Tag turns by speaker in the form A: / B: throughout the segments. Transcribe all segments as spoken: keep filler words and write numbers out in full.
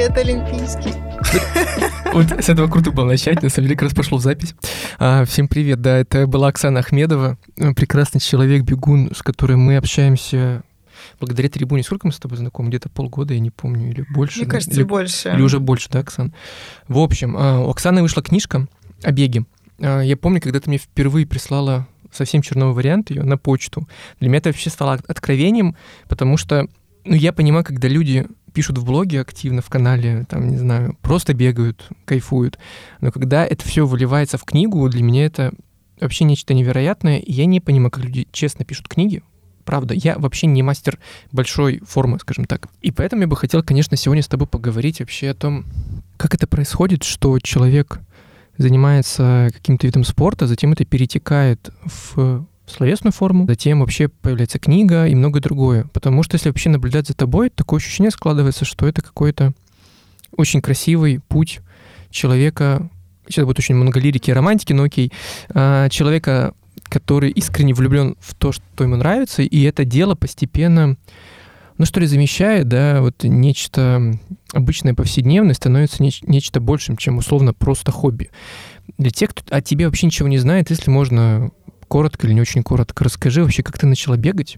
A: Билет олимпийский.
B: Вот с этого круто было начать, на самом деле, как раз пошло в запись. А, всем привет, да, это была Оксана Ахмедова, прекрасный человек-бегун, с которым мы общаемся благодаря Трибуне. Сколько мы с тобой знакомы? Где-то полгода, я не помню, или больше?
A: Мне
B: да?
A: кажется,
B: или,
A: больше.
B: Или уже больше, да, Оксан? В общем, у Оксаны вышла книжка о беге. Я помню, когда ты мне впервые прислала совсем черновой вариант ее на почту. Для меня это вообще стало откровением, потому что, ну, я понимаю, когда люди пишут в блоге активно, в канале, там, не знаю, просто бегают, кайфуют. Но когда это все выливается в книгу, для меня это вообще нечто невероятное. И я не понимаю, как люди честно пишут книги. Правда, я вообще не мастер большой формы, скажем так. И поэтому я бы хотел, конечно, сегодня с тобой поговорить вообще о том, как это происходит, что человек занимается каким-то видом спорта, затем это перетекает в словесную форму, затем вообще появляется книга и многое другое. Потому что если вообще наблюдать за тобой, такое ощущение складывается, что это какой-то очень красивый путь человека, сейчас будет очень много лирики и романтики, но окей, человека, который искренне влюблен в то, что ему нравится, и это дело постепенно, ну что ли, замещает, да, вот нечто обычное, повседневное, становится неч- нечто большим, чем условно просто хобби. Для тех, кто о тебе вообще ничего не знает, если можно коротко или не очень коротко, расскажи вообще, как ты начала бегать,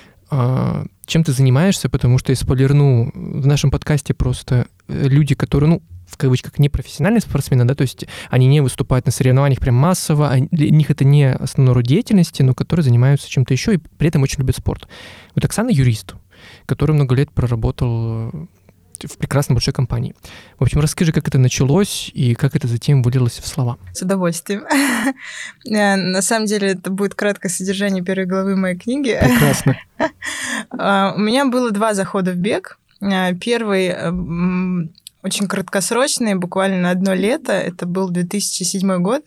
B: чем ты занимаешься, потому что я спойлерну, в нашем подкасте просто люди, которые, ну, в кавычках, не профессиональные спортсмены, да, то есть они не выступают на соревнованиях прям массово, а для них это не основной род деятельности, но которые занимаются чем-то еще и при этом очень любят спорт. Вот Оксана юрист, который много лет проработал в прекрасной большой компании. В общем, расскажи, как это началось и как это затем вылилось в слова.
A: С удовольствием. На самом деле, это будет краткое содержание первой главы моей книги.
B: Прекрасно.
A: У меня было два захода в бег. Первый очень краткосрочный, буквально на одно лето. Это был две тысячи седьмой год.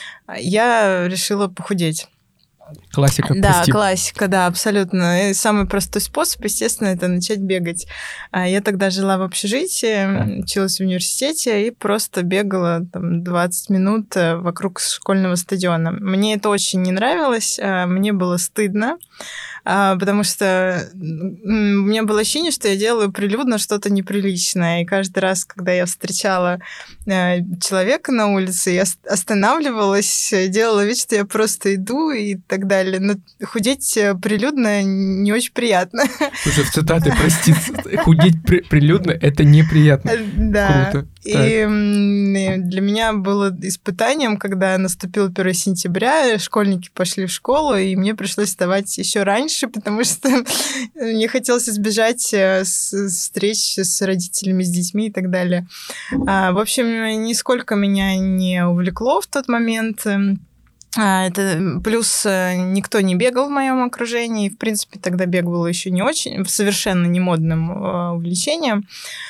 A: Я решила похудеть.
B: Классика.
A: Да,
B: прости.
A: классика, да, абсолютно. И самый простой способ, естественно, это начать бегать. Я тогда жила в общежитии, училась в университете и просто бегала там, двадцать минут вокруг школьного стадиона. Мне это очень не нравилось, мне было стыдно, потому что у меня было ощущение, что я делаю прилюдно что-то неприличное. И каждый раз, когда я встречала человека на улице, я останавливалась, делала вид, что я просто иду и так далее. Но худеть прилюдно не очень приятно.
B: Слушай, в цитате, прости, худеть при- прилюдно — это неприятно.
A: Да.
B: Круто.
A: И так. Для меня было испытанием, когда наступило первое сентября, школьники пошли в школу, и мне пришлось вставать еще раньше, потому что мне хотелось избежать встреч с родителями, с детьми и так далее. В общем, нисколько меня не увлекло в тот момент. Это, плюс никто не бегал в моем окружении. В принципе, тогда бег был еще не очень, совершенно не модным увлечением.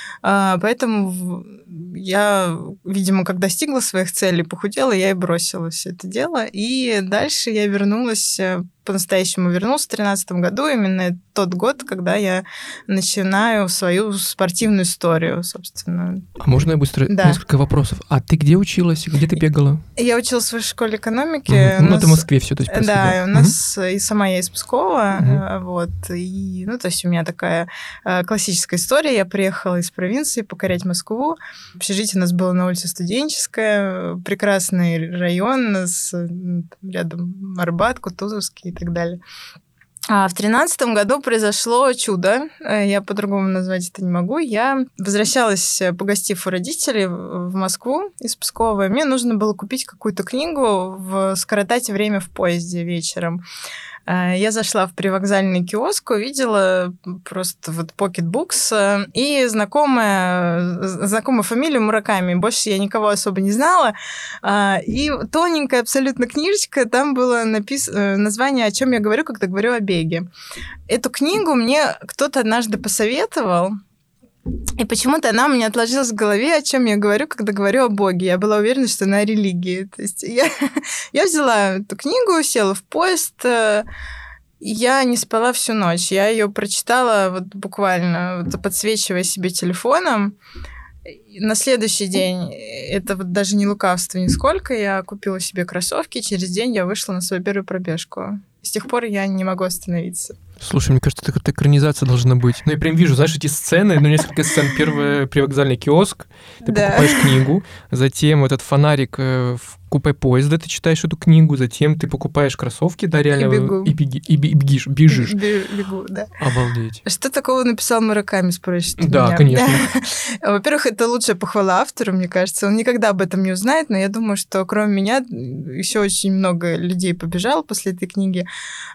A: Поэтому я, видимо, как достигла своих целей, похудела, я и бросила все это дело. И дальше я вернулась, по-настоящему вернулась в две тысячи тринадцатом году, именно тот год, когда я начинаю свою спортивную историю, собственно.
B: А можно я быстро
A: да.
B: несколько вопросов? А ты где училась? Где ты бегала?
A: Я училась в высшей школе экономики.
B: Угу. Ну, нас... это в Москве все, то есть.
A: Да,
B: да,
A: у нас угу. и сама я из Пскова, угу. вот, и, ну, то есть у меня такая классическая история. Я приехала из провинции покорять Москву. Общежитие у нас было на улице Студенческая, прекрасный район, с, рядом Арбат, Кутузовский и так далее. А в тринадцатом году произошло чудо. Я по-другому назвать это не могу. Я возвращалась, погостив у родителей, в Москву из Пскова. Мне нужно было купить какую-то книгу, в... скоротать время в поезде вечером. Я зашла в привокзальный киоск, увидела просто вот Pocket Books и знакомая, знакомая фамилия Мураками. Больше я никого особо не знала. И тоненькая абсолютно книжечка, там было написано название «О чем я говорю, когда говорю о беге». Эту книгу мне кто-то однажды посоветовал, и почему-то она у меня отложилась в голове, о чем я говорю, когда говорю о Боге. Я была уверена, что она о религии. То есть я, я взяла эту книгу, села в поезд, я не спала всю ночь. Я ее прочитала вот буквально, вот, подсвечивая себе телефоном. На следующий день, это вот даже не лукавство нисколько, я купила себе кроссовки, через день я вышла на свою первую пробежку. С тех пор я не могу остановиться.
B: Слушай, мне кажется, это какая-то экранизация должна быть. Ну, я прям вижу, знаешь, эти сцены, ну, несколько сцен. Первый привокзальный киоск, ты да. покупаешь книгу, затем этот фонарик в купе поезда, ты читаешь эту книгу, затем ты покупаешь кроссовки, да, реально,
A: и, бегу.
B: и, беги, и бегишь, бежишь.
A: Бегу, да.
B: Обалдеть.
A: Что такого написал Мураками, спросишь ты
B: Да,
A: меня?
B: конечно.
A: Во-первых, это лучшая похвала автору, мне кажется. Он никогда об этом не узнает, но я думаю, что кроме меня еще очень много людей побежало после этой книги.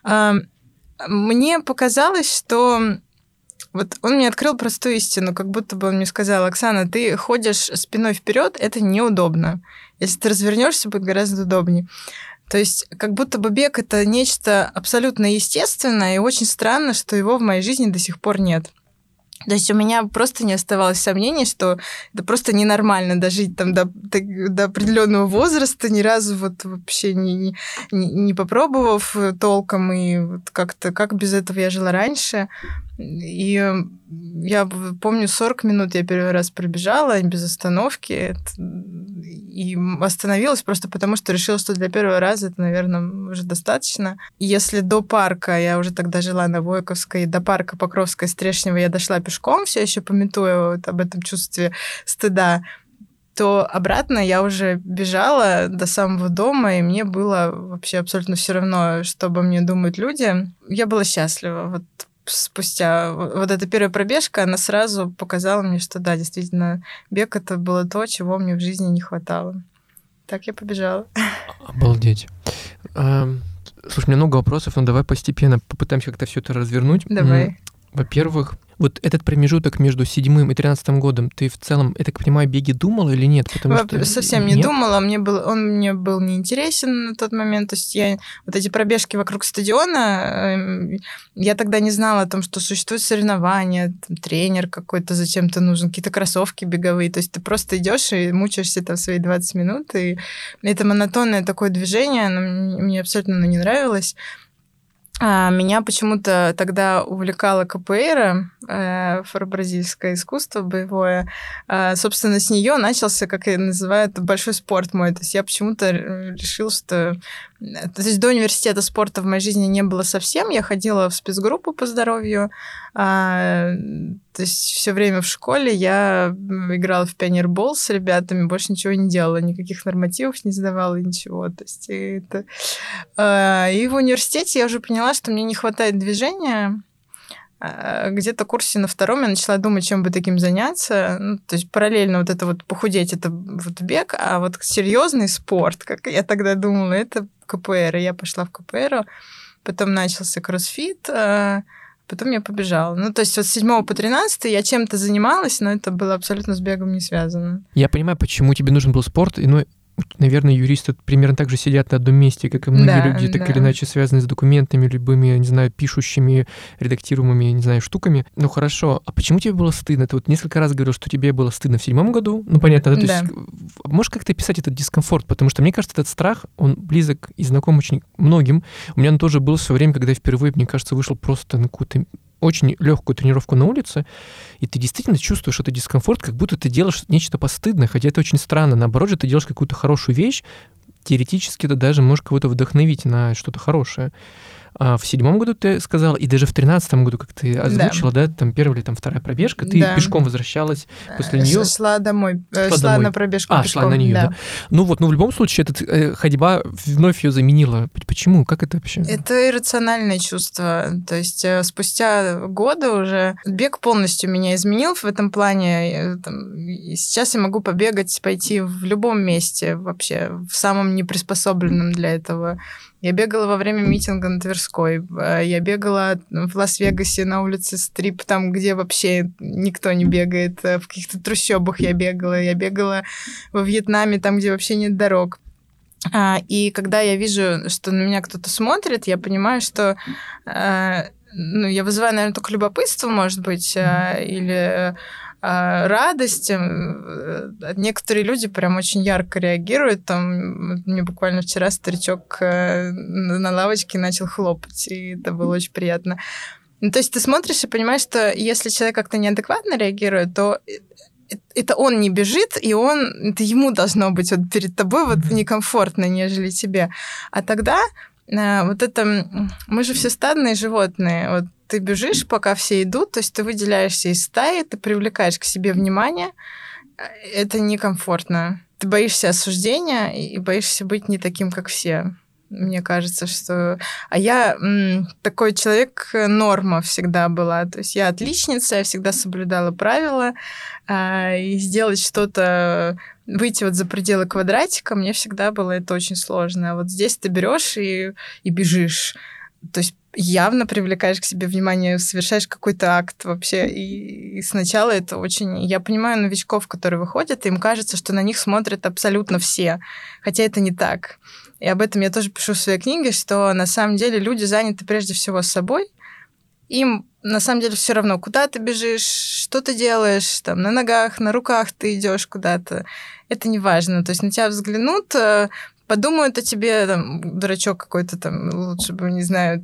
A: Мне показалось, что вот он мне открыл простую истину, как будто бы он мне сказал: Оксана, ты ходишь спиной вперед, это неудобно. Если ты развернешься, будет гораздо удобнее. То есть как будто бы бег — это нечто абсолютно естественное, и очень странно, что его в моей жизни до сих пор нет. То есть у меня просто не оставалось сомнений, что это просто ненормально дожить там до, до, до определенного возраста, ни разу вот вообще не, не, не попробовав толком, и вот как-то как без этого я жила раньше. И я помню, сорок минут я первый раз пробежала без остановки, и остановилась просто потому, что решила, что для первого раза это, наверное, уже достаточно. Если до парка, я уже тогда жила на Войковской, до парка Покровская Стрешнева я дошла пешком, все еще памятуя вот об этом чувстве стыда, то обратно я уже бежала до самого дома, и мне было вообще абсолютно все равно, что обо мне думают люди. Я была счастлива. Вот спустя вот эта первая пробежка, она сразу показала мне, что да, действительно, бег — это было то, чего мне в жизни не хватало. Так я побежала.
B: Обалдеть. А, слушай, у меня много вопросов, но давай постепенно попытаемся как-то все это развернуть.
A: Давай.
B: Во-первых, вот этот промежуток между седьмым и тринадцатым годом, ты в целом, я так понимаю, беги думала или нет? Потому что
A: совсем не нет? думала, мне был, он мне был неинтересен на тот момент. То есть я вот эти пробежки вокруг стадиона, я тогда не знала о том, что существуют соревнования, там, тренер какой-то зачем-то нужен, какие-то кроссовки беговые. То есть ты просто идешь и мучаешься там свои двадцать минут, и это монотонное такое движение, оно мне абсолютно не нравилось. А меня почему-то тогда увлекало капоэйра, э, фаро-бразильское искусство боевое. А, собственно, с нее начался, как и называют, большой спорт мой. То есть я почему-то решила, что... То есть до университета спорта в моей жизни не было совсем. Я ходила в спецгруппу по здоровью. А, то есть все время в школе я играла в пионербол с ребятами, больше ничего не делала, никаких нормативов не сдавала, ничего. То есть это... а, и в университете я уже поняла, что мне не хватает движения. Где-то в курсе на втором я начала думать, чем бы таким заняться. Ну, то есть параллельно вот это вот похудеть, это вот бег, а вот серьезный спорт, как я тогда думала, это КПР. И я пошла в КПР, потом начался кроссфит, потом я побежала. Ну, то есть вот с седьмого по тринадцатый я чем-то занималась, но это было абсолютно с бегом не связано.
B: Я понимаю, почему тебе нужен был спорт, но... Наверное, юристы примерно так же сидят на одном месте, как и многие да, люди, так да. или иначе связанные с документами, любыми, не знаю, пишущими, редактируемыми, не знаю, штуками. Ну хорошо, а почему тебе было стыдно? Ты вот несколько раз говорил, что тебе было стыдно в седьмом году. Ну понятно, да? То
A: да.
B: есть, можешь как-то описать этот дискомфорт? Потому что мне кажется, этот страх, он близок и знаком очень многим. У меня он тоже был в свое время, когда я впервые, мне кажется, вышел просто на какую-то очень легкую тренировку на улице, и ты действительно чувствуешь этот дискомфорт, как будто ты делаешь нечто постыдное, хотя это очень странно. Наоборот же, ты делаешь какую-то хорошую вещь, теоретически это даже может кого-то вдохновить на что-то хорошее. А в седьмом году ты сказала, и даже в тринадцатом году, как ты озвучила, да, да там первая или там вторая пробежка, ты да. пешком возвращалась после нее.
A: Шла домой, шла, шла домой. на пробежку
B: а,
A: пешком.
B: шла на нее,
A: да.
B: да. Ну вот, ну в любом случае, эта э, ходьба вновь ее заменила. Почему? Как это вообще?
A: Это иррациональное чувство. То есть э, спустя годы уже бег полностью меня изменил в этом плане. Я, там, сейчас я могу побегать, пойти в любом месте вообще, в самом неприспособленном для этого. Я бегала во время митинга на Тверской. Я бегала в Лас-Вегасе на улице Стрип, там, где вообще никто не бегает. В каких-то трущобах я бегала. Я бегала во Вьетнаме, там, где вообще нет дорог. И когда я вижу, что на меня кто-то смотрит, я понимаю, что... Ну, я вызываю, наверное, только любопытство, может быть, или... радость. Некоторые люди прям очень ярко реагируют. Там мне буквально вчера старичок на лавочке начал хлопать, и это было очень приятно. Ну, то есть ты смотришь и понимаешь, что если человек как-то неадекватно реагирует, то это он не бежит, и он, это ему должно быть вот перед тобой вот некомфортно, нежели тебе. А тогда вот это... Мы же все стадные животные. Вот ты бежишь, пока все идут, то есть ты выделяешься из стаи, ты привлекаешь к себе внимание, это некомфортно. Ты боишься осуждения и боишься быть не таким, как все. Мне кажется, что... А я м, такой человек, норма всегда была. То есть я отличница, я всегда соблюдала правила. А, и сделать что-то, выйти вот за пределы квадратика, мне всегда было это очень сложно. А вот здесь ты берешь и, и бежишь. То есть явно привлекаешь к себе внимание, совершаешь какой-то акт вообще. И, и сначала это очень... Я понимаю новичков, которые выходят, им кажется, что на них смотрят абсолютно все. Хотя это не так. И об этом я тоже пишу в своей книге, что на самом деле люди заняты прежде всего собой. Им на самом деле все равно, куда ты бежишь, что ты делаешь, там, на ногах, на руках ты идешь куда-то. Это не важно. То есть на тебя взглянут, подумают о тебе, там, дурачок какой-то там, лучше бы, не знаю,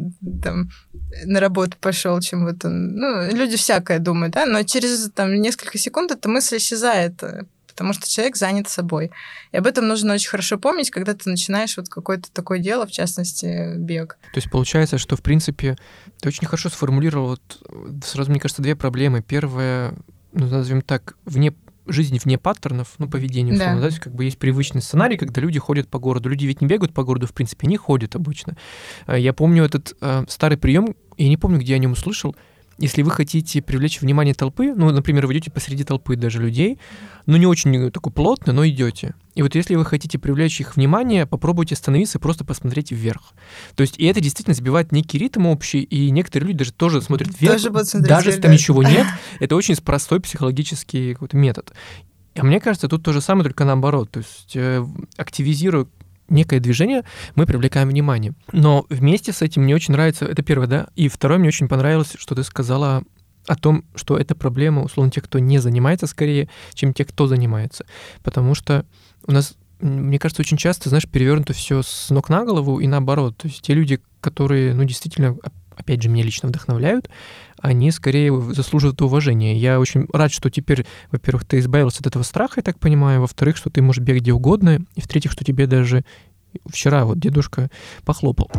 A: там, на работу пошел, чем вот он. Ну, люди всякое думают, да, но через там, несколько секунд эта мысль исчезает, потому что человек занят собой. И об этом нужно очень хорошо помнить, когда ты начинаешь вот какое-то такое дело, в частности, бег.
B: То есть получается, что, в принципе, ты очень хорошо сформулировал, вот, сразу, мне кажется, две проблемы. Первая, ну, назовем так, вне жизни вне паттернов, ну, поведения, условно, да. Да, то есть как бы есть привычный сценарий, когда люди ходят по городу. Люди ведь не бегают по городу, в принципе, они ходят обычно. Я помню этот э, старый прием, я не помню, где я о нем услышал. Если вы хотите привлечь внимание толпы, ну, например, вы идете посреди толпы даже людей, ну, не очень такой плотно, но идете. И вот если вы хотите привлечь их внимание, попробуйте остановиться и просто посмотреть вверх. То есть, и это действительно сбивает некий ритм общий, и некоторые люди даже тоже смотрят вверх, даже, даже если там ничего нет. Это очень простой психологический какой-то метод. А мне кажется, тут то же самое, только наоборот. То есть, э, активизируя некое движение, мы привлекаем внимание. Но вместе с этим мне очень нравится, это первое, да, и второе, мне очень понравилось, что ты сказала о том, что это проблема, условно, тех, кто не занимается скорее, чем тех, кто занимается. Потому что у нас, мне кажется, очень часто, знаешь, перевернуто все с ног на голову и наоборот. То есть те люди, которые, ну, действительно, опять же, меня лично вдохновляют, они скорее заслуживают уважения. Я очень рад, что теперь, во-первых, ты избавился от этого страха, я так понимаю, во-вторых, что ты можешь бегать где угодно, и в-третьих, что тебе даже вчера вот дедушка похлопал.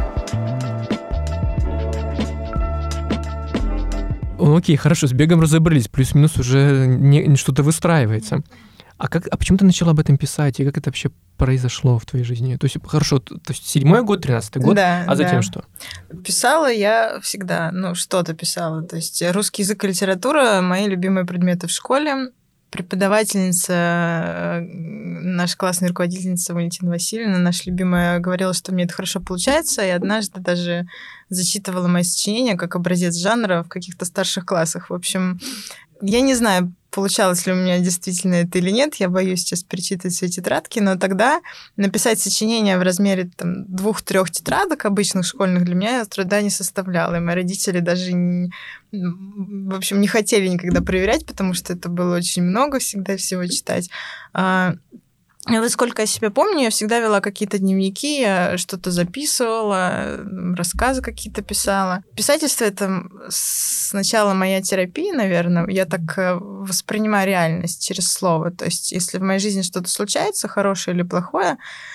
B: Окей, хорошо, с бегом разобрались, плюс-минус уже не, что-то выстраивается. А, как, а почему ты начала об этом писать, и как это вообще произошло в твоей жизни? То есть, хорошо, то есть седьмой год, тринадцатый год,
A: да,
B: а затем
A: да.
B: что?
A: Писала я всегда, ну, что-то писала. То есть русский язык и литература — мои любимые предметы в школе. Преподавательница, наша классная руководительница Валентина Васильевна, наша любимая, говорила, что мне это хорошо получается, и однажды даже зачитывала мои сочинения как образец жанра в каких-то старших классах. В общем, я не знаю, получалось ли у меня действительно это или нет, я боюсь сейчас перечитывать все тетрадки, но тогда написать сочинение в размере там, двух-трех тетрадок обычных школьных для меня труда не составляло, и мои родители даже, не, в общем, не хотели никогда проверять, потому что это было очень много всегда всего читать. И вот сколько я себя помню, я всегда вела какие-то дневники, я что-то записывала, рассказы какие-то писала. Писательство — это сначала моя терапия, наверное. Я так воспринимаю реальность через слово. То есть если в моей жизни что-то случается, хорошее или плохое,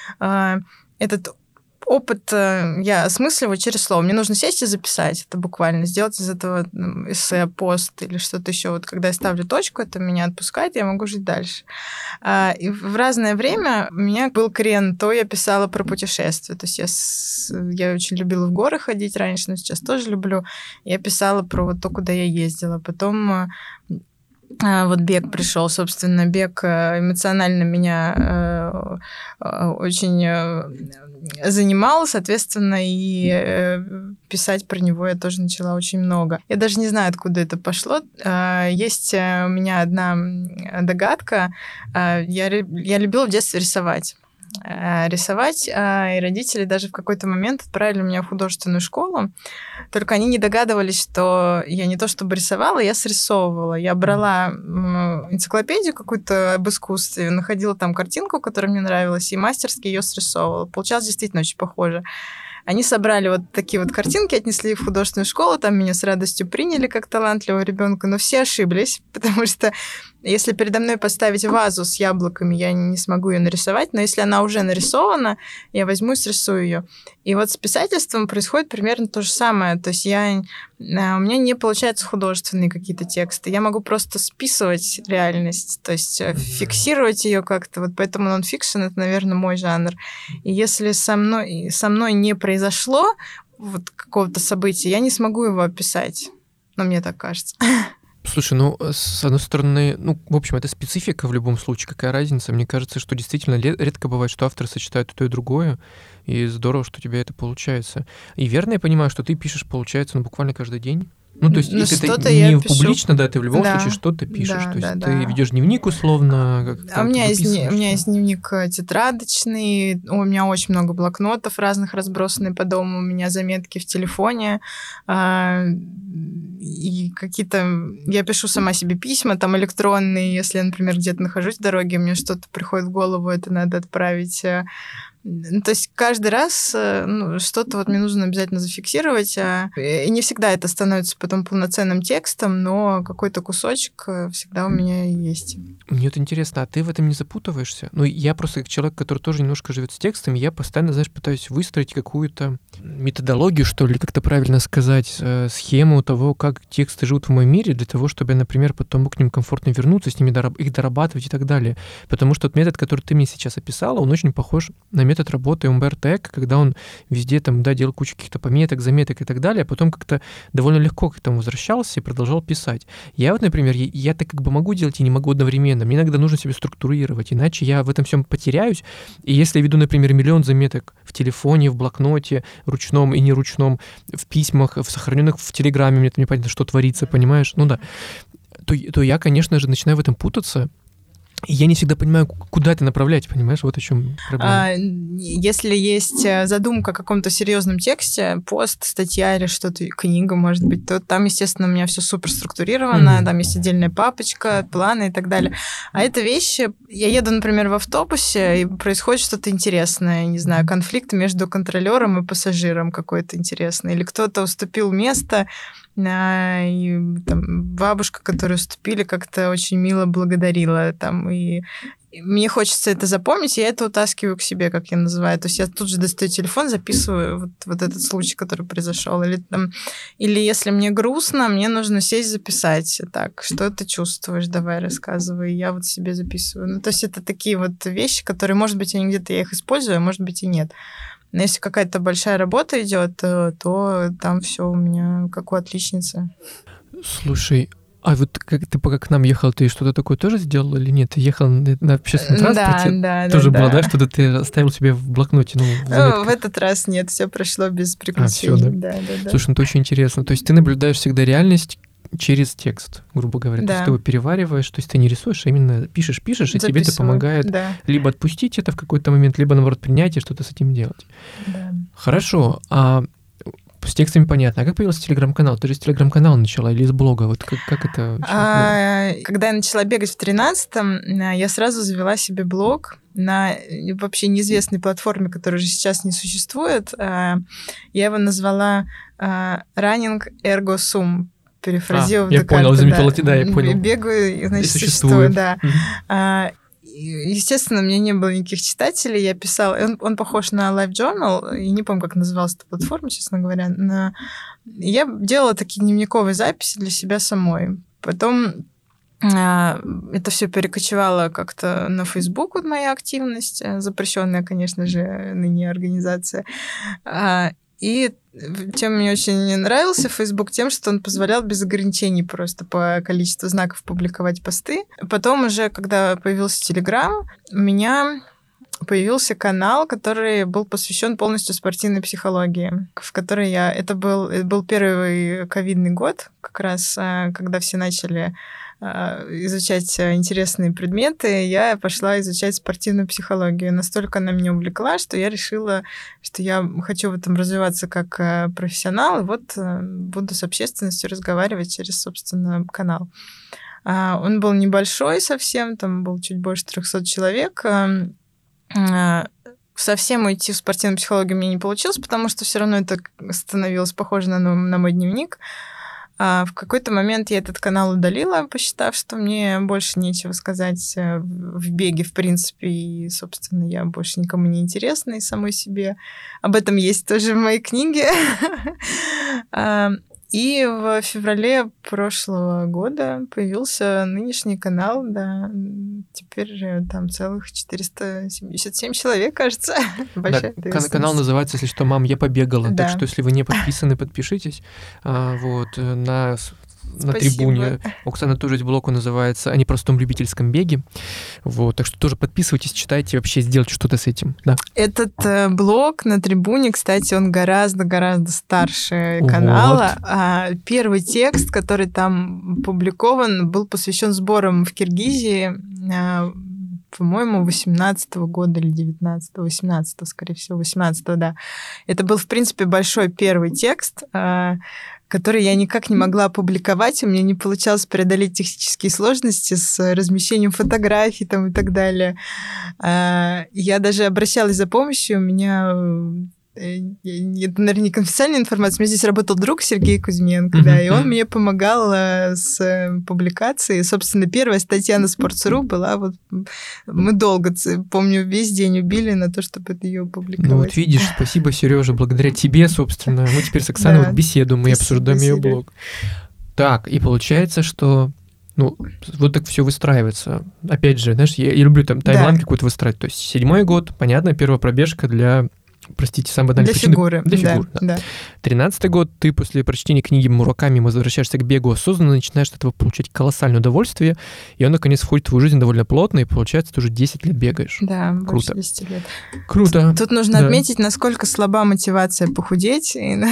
A: этот опыт я осмысливаю через слово. Мне нужно сесть и записать это буквально, сделать из этого эссе, пост или что-то еще. Вот когда я ставлю точку, это меня отпускает, я могу жить дальше. И в разное время у меня был крен, то я писала про путешествия. То есть я, я очень любила в горы ходить раньше, но сейчас тоже люблю. Я писала про вот то, куда я ездила. Потом вот бег пришел, собственно, бег эмоционально меня э, очень занимал, соответственно, и писать про него я тоже начала очень много. Я даже не знаю, откуда это пошло. Есть у меня одна догадка. Я, я любила в детстве рисовать. рисовать, и родители даже в какой-то момент отправили меня в художественную школу, только они не догадывались, что я не то чтобы рисовала, я срисовывала. Я брала энциклопедию какую-то об искусстве, находила там картинку, которая мне нравилась, и мастерски ее срисовывала. Получалось действительно очень похоже. Они собрали вот такие вот картинки, отнесли в художественную школу, там меня с радостью приняли как талантливого ребенка, но все ошиблись, потому что Если передо мной поставить вазу с яблоками, я не смогу ее нарисовать, но если она уже нарисована, я возьму и срисую ее. И вот с писательством происходит примерно то же самое. То есть я, у меня не получаются художественные какие-то тексты. Я могу просто списывать реальность, то есть фиксировать ее как-то. Вот поэтому нонфикшн — это, наверное, мой жанр. И если со мной, со мной не произошло вот какого-то события, я не смогу его описать. Но мне так кажется.
B: Слушай, ну, с одной стороны, ну, в общем, это специфика в любом случае, какая разница. Мне кажется, что действительно редко бывает, что авторы сочетают и то, и другое, и здорово, что у тебя это получается. И верно я понимаю, что ты пишешь, получается, ну, буквально каждый день? Ну, то есть, ну, если это не публично, да, ты в любом да. случае что-то пишешь. Да, то есть, да, ты да. ведешь дневник условно.
A: А у меня, есть, у меня есть дневник тетрадочный, у меня очень много блокнотов разных разбросанных по дому, у меня заметки в телефоне, и какие-то... Я пишу сама себе письма, там, электронные, если я, например, где-то нахожусь в дороге, мне что-то приходит в голову, это надо отправить... Ну, то есть каждый раз ну, что-то вот мне нужно обязательно зафиксировать. И не всегда это становится потом полноценным текстом, но какой-то кусочек всегда у меня есть.
B: Мне это интересно, а ты в этом не запутываешься? Ну, я просто как человек, который тоже немножко живет с текстом, я постоянно, знаешь, пытаюсь выстроить какую-то методологию, что ли, как-то правильно сказать, схему того, как тексты живут в моем мире, для того, чтобы я, например, потом мог к ним комфортно вернуться, с ними дораб- их дорабатывать и так далее. Потому что тот метод, который ты мне сейчас описала, он очень похож на метод работы Умберто Эко, когда он везде там, да, делал кучу каких-то пометок, заметок и так далее, а потом как-то довольно легко к этому возвращался и продолжал писать. Я вот, например, я, я так как бы могу делать и не могу одновременно. Мне иногда нужно себе структурировать, иначе я в этом всем потеряюсь. И если я веду, например, миллион заметок в телефоне, в блокноте, ручном и неручном, в письмах, в сохраненных в Телеграме, мне там непонятно, что творится, понимаешь? Ну да. То, то я, конечно же, начинаю в этом путаться. И я не всегда понимаю, куда это направлять, понимаешь? Вот о чем проблема.
A: А, если есть задумка о каком-то серьезном тексте, пост, статья или что-то, книга, может быть, то там, естественно, у меня все супер структурировано, mm-hmm. там есть отдельная папочка, планы и так далее. А это вещи... Я еду, например, в автобусе, и происходит что-то интересное, не знаю, конфликт между контролером и пассажиром какой-то интересный, или кто-то уступил место, и там бабушка, которую уступили, как-то очень мило благодарила там, и мне хочется это запомнить, и я это утаскиваю к себе, как я называю. То есть я тут же достаю телефон, записываю вот, вот этот случай, который произошел. Или, там, или если мне грустно, мне нужно сесть записать. Так, что ты чувствуешь? Давай, рассказывай. Я вот себе записываю. Ну, то есть это такие вот вещи, которые, может быть, они где-то я их использую, а может быть и нет. Но если какая-то большая работа идет, то там все у меня как у отличницы.
B: Слушай, а вот как ты пока к нам ехал, ты что-то такое тоже сделал или нет? Ты ехал на, на общественном транспорте?
A: Да, да,
B: тоже
A: да.
B: было,
A: да,
B: да, что-то ты оставил себе в блокноте? Ну, в,
A: ну, в этот раз нет, все прошло без приключений.
B: А, всё, да?
A: Да, да, да.
B: Слушай, ну это очень интересно. То есть ты наблюдаешь всегда реальность через текст, грубо говоря.
A: Да.
B: То есть ты его перевариваешь, то есть ты не рисуешь, а именно пишешь, пишешь, и
A: Записываю.
B: тебе это помогает
A: да.
B: либо отпустить это в какой-то момент, либо, наоборот, принять и что-то с этим делать.
A: Да.
B: Хорошо. А с текстами понятно. А как появился телеграм-канал? Ты же с телеграм-канала начала или из блога? Вот как, как это?
A: А, когда я начала бегать в тринадцатом, я сразу завела себе блог на вообще неизвестной платформе, которая уже сейчас не существует. Я его назвала Running Ergo Sum. Перефразировав
B: а, я понял, заметила, да, да, я понял.
A: Бегаю, значит, существую, да. Mm-hmm. Естественно, у меня не было никаких читателей, я писала... Он, он похож на Life Journal, и не помню, как называлась эта платформа, честно говоря. Но я делала такие дневниковые записи для себя самой. Потом это все перекочевало как-то на Facebook, вот моя активность, запрещенная, конечно же, ныне организация. И чем мне очень нравился Facebook, тем, что он позволял без ограничений просто по количеству знаков публиковать посты. Потом уже, когда появился Telegram, у меня появился канал, который был посвящен полностью спортивной психологии, в которой я... Это был, это был первый ковидный год, как раз, когда все начали изучать интересные предметы, я пошла изучать спортивную психологию. Настолько она меня увлекла, что я решила, что я хочу в этом развиваться как профессионал, и вот буду с общественностью разговаривать через, собственно, канал. Он был небольшой совсем, там был чуть больше трехсот человек. Совсем уйти в спортивную психологию мне не получилось, потому что все равно это становилось похоже на, на мой дневник. А в какой-то момент я этот канал удалила, посчитав, что мне больше нечего сказать в беге, в принципе, и, собственно, я больше никому не интересна и самой себе. Об этом есть тоже в моей книге. И в феврале прошлого года появился нынешний канал, да, теперь там целых четыреста семьдесят семь человек, кажется.
B: Да, канал называется, если что, «Мам, я побегала»,
A: да.
B: Так что, если вы не подписаны, подпишитесь. А, вот, на... на трибуне. У Оксаны тоже есть блог, он называется «О непростом любительском беге». Вот, так что тоже подписывайтесь, читайте, вообще сделайте что-то с этим. Да.
A: Этот э, блог на трибуне, кстати, он гораздо-гораздо старше канала. Вот. А, первый текст, который там опубликован, был посвящен сборам в Киргизии, а, по-моему, восемнадцатого года или девятнадцатого, восемнадцатого, скорее всего, восемнадцатого, да. Это был, в принципе, большой первый текст, а, который я никак не могла опубликовать, у меня не получалось преодолеть технические сложности с размещением фотографий там, и так далее. Я даже обращалась за помощью, у меня... Это, наверное, не конфиденциальная информация. У меня здесь работал друг Сергей Кузьменко, uh-huh. да, и он мне помогал с публикацией. Собственно, первая статья на Sports.ru была вот... Мы долго, помню, весь день убили на то, чтобы ее опубликовать.
B: Ну вот видишь, спасибо, Сережа, благодаря тебе, собственно, мы теперь с Оксаной да, вот беседуем и обсуждаем ее блог. Так, и получается, что... Ну, вот так все выстраивается. Опять же, знаешь, я, я люблю там таймлайн да. какой-то выстраивать. То есть седьмой год, понятно, первая пробежка для... Простите, самая банальная
A: для причина... фигуры.
B: Для фигуры, да. да. Тринадцатый год, ты после прочтения книги Мураками возвращаешься к бегу осознанно, начинаешь от этого получать колоссальное удовольствие, и он, наконец, входит в твою жизнь довольно плотно, и, получается, ты уже десять лет бегаешь.
A: Да,
B: круто.
A: Больше десяти лет.
B: Круто.
A: Тут нужно да. отметить, насколько слаба мотивация похудеть. Не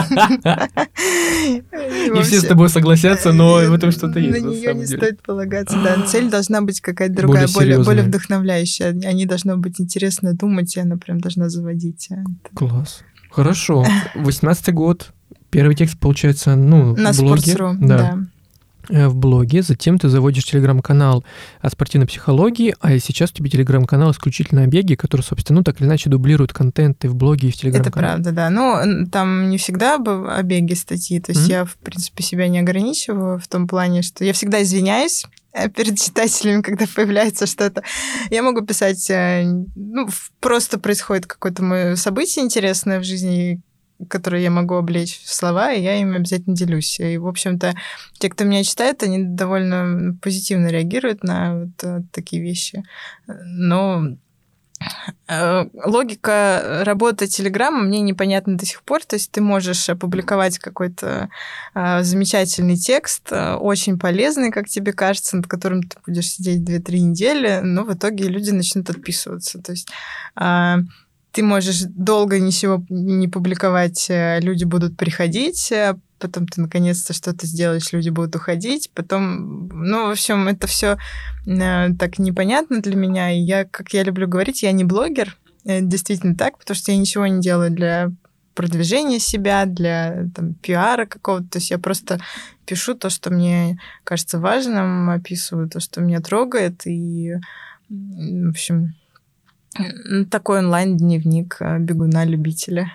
B: все с тобой согласятся, но в этом что-то есть.
A: На нее не стоит полагаться, да. Цель должна быть какая-то другая, более вдохновляющая. О ней должно быть интересно думать, и она прям должна заводить.
B: Класс. Хорошо. восемнадцатый год. Первый текст, получается, ну,
A: на
B: в блоге.
A: Sports.ru, да.
B: да. В блоге. Затем ты заводишь телеграм-канал о спортивной психологии, а сейчас у тебя телеграм-канал исключительно о беге, который, собственно, ну, так или иначе дублирует контент и в блоге, и в телеграм-канале.
A: Это правда, да. Ну, там не всегда о беге статьи. То есть mm-hmm. я, в принципе, себя не ограничиваю в том плане, что я всегда извиняюсь перед читателями, когда появляется что-то. Я могу писать, ну, просто происходит какое-то мое событие интересное в жизни, которое я могу облечь в слова, и я им обязательно делюсь. И, в общем-то, те, кто меня читает, они довольно позитивно реагируют на вот такие вещи. Но логика работы Телеграма мне непонятна до сих пор. То есть ты можешь опубликовать какой-то э, замечательный текст, э, очень полезный, как тебе кажется, над которым ты будешь сидеть две-три недели, но в итоге люди начнут отписываться. То есть э, ты можешь долго ничего не публиковать, люди будут приходить, потом ты наконец-то что-то сделаешь, люди будут уходить, потом, ну, в общем, это все э, так непонятно для меня, и я, как я люблю говорить, я не блогер, это действительно так, потому что я ничего не делаю для продвижения себя, для там, пиара какого-то, то есть я просто пишу то, что мне кажется важным, описываю то, что меня трогает, и, в общем, такой онлайн-дневник бегуна-любителя.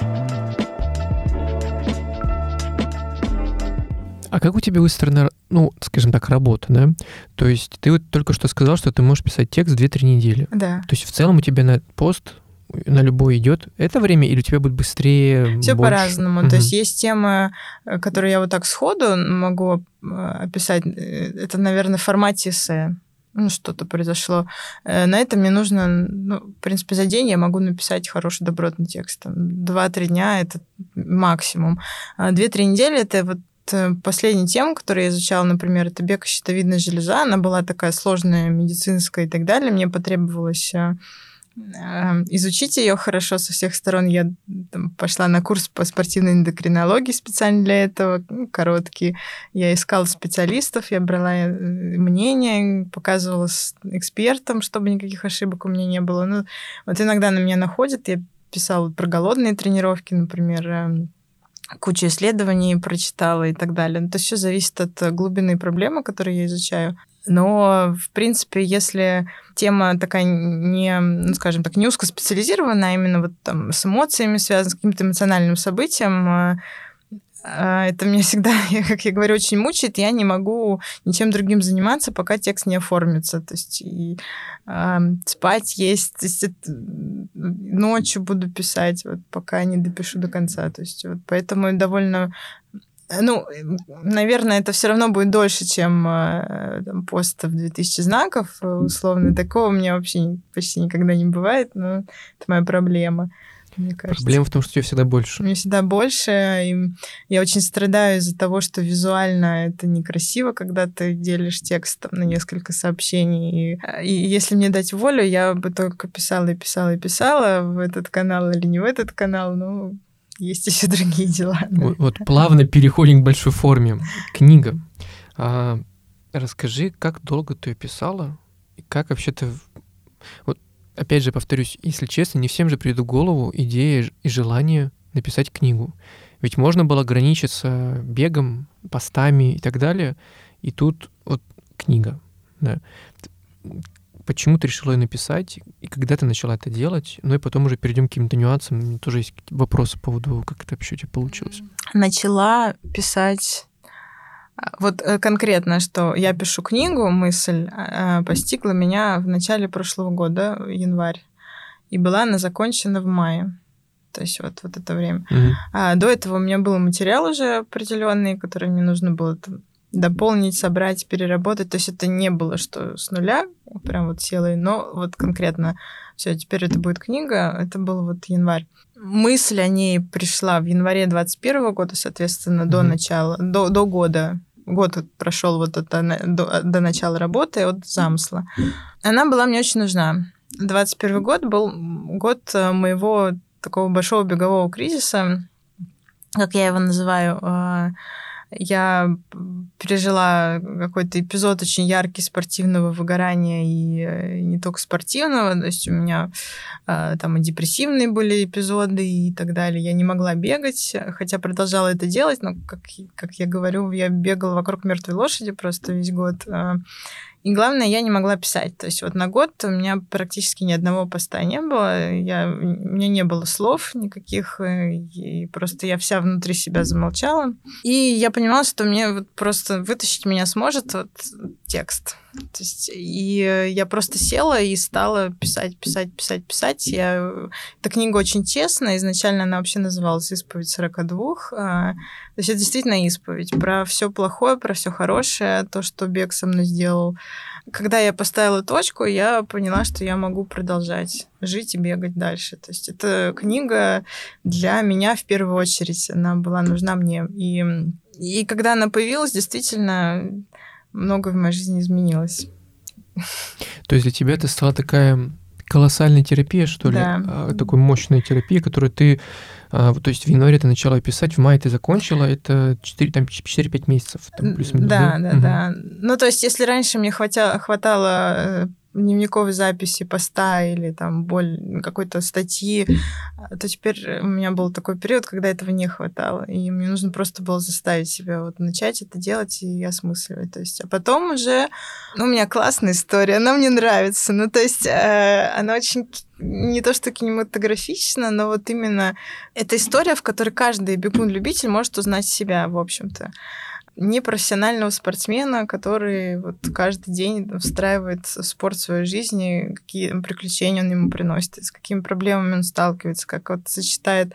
B: А как у тебя выстроена, ну, скажем так, работа, да? То есть ты вот только что сказал, что ты можешь писать текст две-три недели.
A: Да.
B: То есть в целом у тебя на пост, на любой идет это время, или у тебя будет быстрее?
A: Все по-разному. Угу. То есть есть темы, которые я вот так сходу могу описать. Это, наверное, в формате эссе. Ну, что-то произошло. На это мне нужно, ну, в принципе, за день я могу написать хороший добротный текст. Там, два-три дня — это максимум. Две-три недели — это вот последняя тема, которую я изучала, например, это бег и щитовидная железа. Она была такая сложная, медицинская и так далее. Мне потребовалось изучить ее хорошо со всех сторон. Я там пошла на курс по спортивной эндокринологии специально для этого, ну, короткий. Я искала специалистов, я брала мнение, показывала экспертам, чтобы никаких ошибок у меня не было. Ну, вот иногда на меня находят, я писала про голодные тренировки, например, кучу исследований прочитала и так далее. Ну, то есть все зависит от глубины проблемы, которую я изучаю. Но, в принципе, если тема такая не, ну, скажем так, не узкоспециализированная, а именно вот там с эмоциями связана, с каким-то эмоциональным событием, Это меня всегда, как я говорю, очень мучает. Я не могу ничем другим заниматься, пока текст не оформится. То есть и э, спать, есть, то есть это, ночью буду писать, вот, пока не допишу до конца. То есть вот, поэтому довольно... Ну, наверное, это все равно будет дольше, чем там, пост в две тысячи знаков. Условно, такого у меня вообще почти никогда не бывает, но это моя проблема. Мне кажется.
B: Проблема в том, что у тебя всегда больше.
A: У меня всегда больше, и я очень страдаю из-за того, что визуально это некрасиво, когда ты делишь текст там, на несколько сообщений. И, и если мне дать волю, я бы только писала и писала и писала в этот канал или не в этот канал, но есть еще другие дела. Да.
B: Вот, вот плавно переходим к большой форме. Книга. А, расскажи, как долго ты ее писала, и как вообще-то... Вот, опять же, повторюсь, если честно, не всем же придет в голову идея и желание написать книгу. Ведь можно было ограничиться бегом, постами и так далее, и тут вот книга. Да. Почему ты решила ее написать, и когда ты начала это делать? Ну и потом уже перейдем к каким-то нюансам. У меня тоже есть вопросы по поводу, как это вообще у тебя получилось.
A: Начала писать... Вот конкретно, что я пишу книгу, мысль постигла меня в начале прошлого года, январь, и была она закончена в мае. То есть вот, вот это время. Mm-hmm. А до этого у меня был материал уже определенный, который мне нужно было там дополнить, собрать, переработать. То есть это не было, что с нуля прям вот села, но вот конкретно все, теперь это будет книга. Это был вот январь. Мысль о ней пришла в январе двадцать первого года, соответственно, mm-hmm. до начала, до, до года. Год прошел вот это, до, до начала работы, от замысла. Она была мне очень нужна. двадцать первый год был год моего такого большого бегового кризиса, как я его называю. Я пережила какой-то эпизод очень яркий спортивного выгорания, и не только спортивного, то есть у меня там и депрессивные были эпизоды и так далее. Я не могла бегать, хотя продолжала это делать, но, как, как я говорю, я бегала вокруг мертвой лошади просто весь год. И главное, я не могла писать. То есть вот на год у меня практически ни одного поста не было. Я, у меня не было слов никаких, и просто я вся внутри себя замолчала. И я понимала, что мне вот просто вытащить меня сможет вот текст. То есть, и я просто села и стала писать, писать, писать, писать. Я... Эта книга очень честная. Изначально она вообще называлась «Исповедь сорока двух». То есть это действительно исповедь про все плохое, про все хорошее, то, что бег со мной сделал. Когда я поставила точку, я поняла, что я могу продолжать жить и бегать дальше. То есть это книга для меня в первую очередь. Она была нужна мне. И, и когда она появилась, действительно... Многое в моей жизни изменилось.
B: То есть для тебя это стала такая колоссальная терапия, что ли?
A: Да.
B: Такой мощная терапия, которую ты... То есть в январе ты начала писать, в мае ты закончила, это четыре-пять месяцев. Там, плюс-минус,
A: да,
B: да,
A: да, угу. да. Ну, то есть если раньше мне хватало, хватало дневниковой записи, поста или там боль какой-то статьи, то теперь у меня был такой период, когда этого не хватало, и мне нужно просто было заставить себя вот начать это делать и осмысливать. То есть, а потом уже... Ну, у меня классная история, она мне нравится. Ну, то есть э, она очень... Не то что кинематографично, но вот именно это история, в которой каждый бегун-любитель может узнать себя, в общем-то. Непрофессионального спортсмена, который вот каждый день встраивает спорт в свою жизнь, и какие приключения он ему приносит, с какими проблемами он сталкивается, как вот сочетает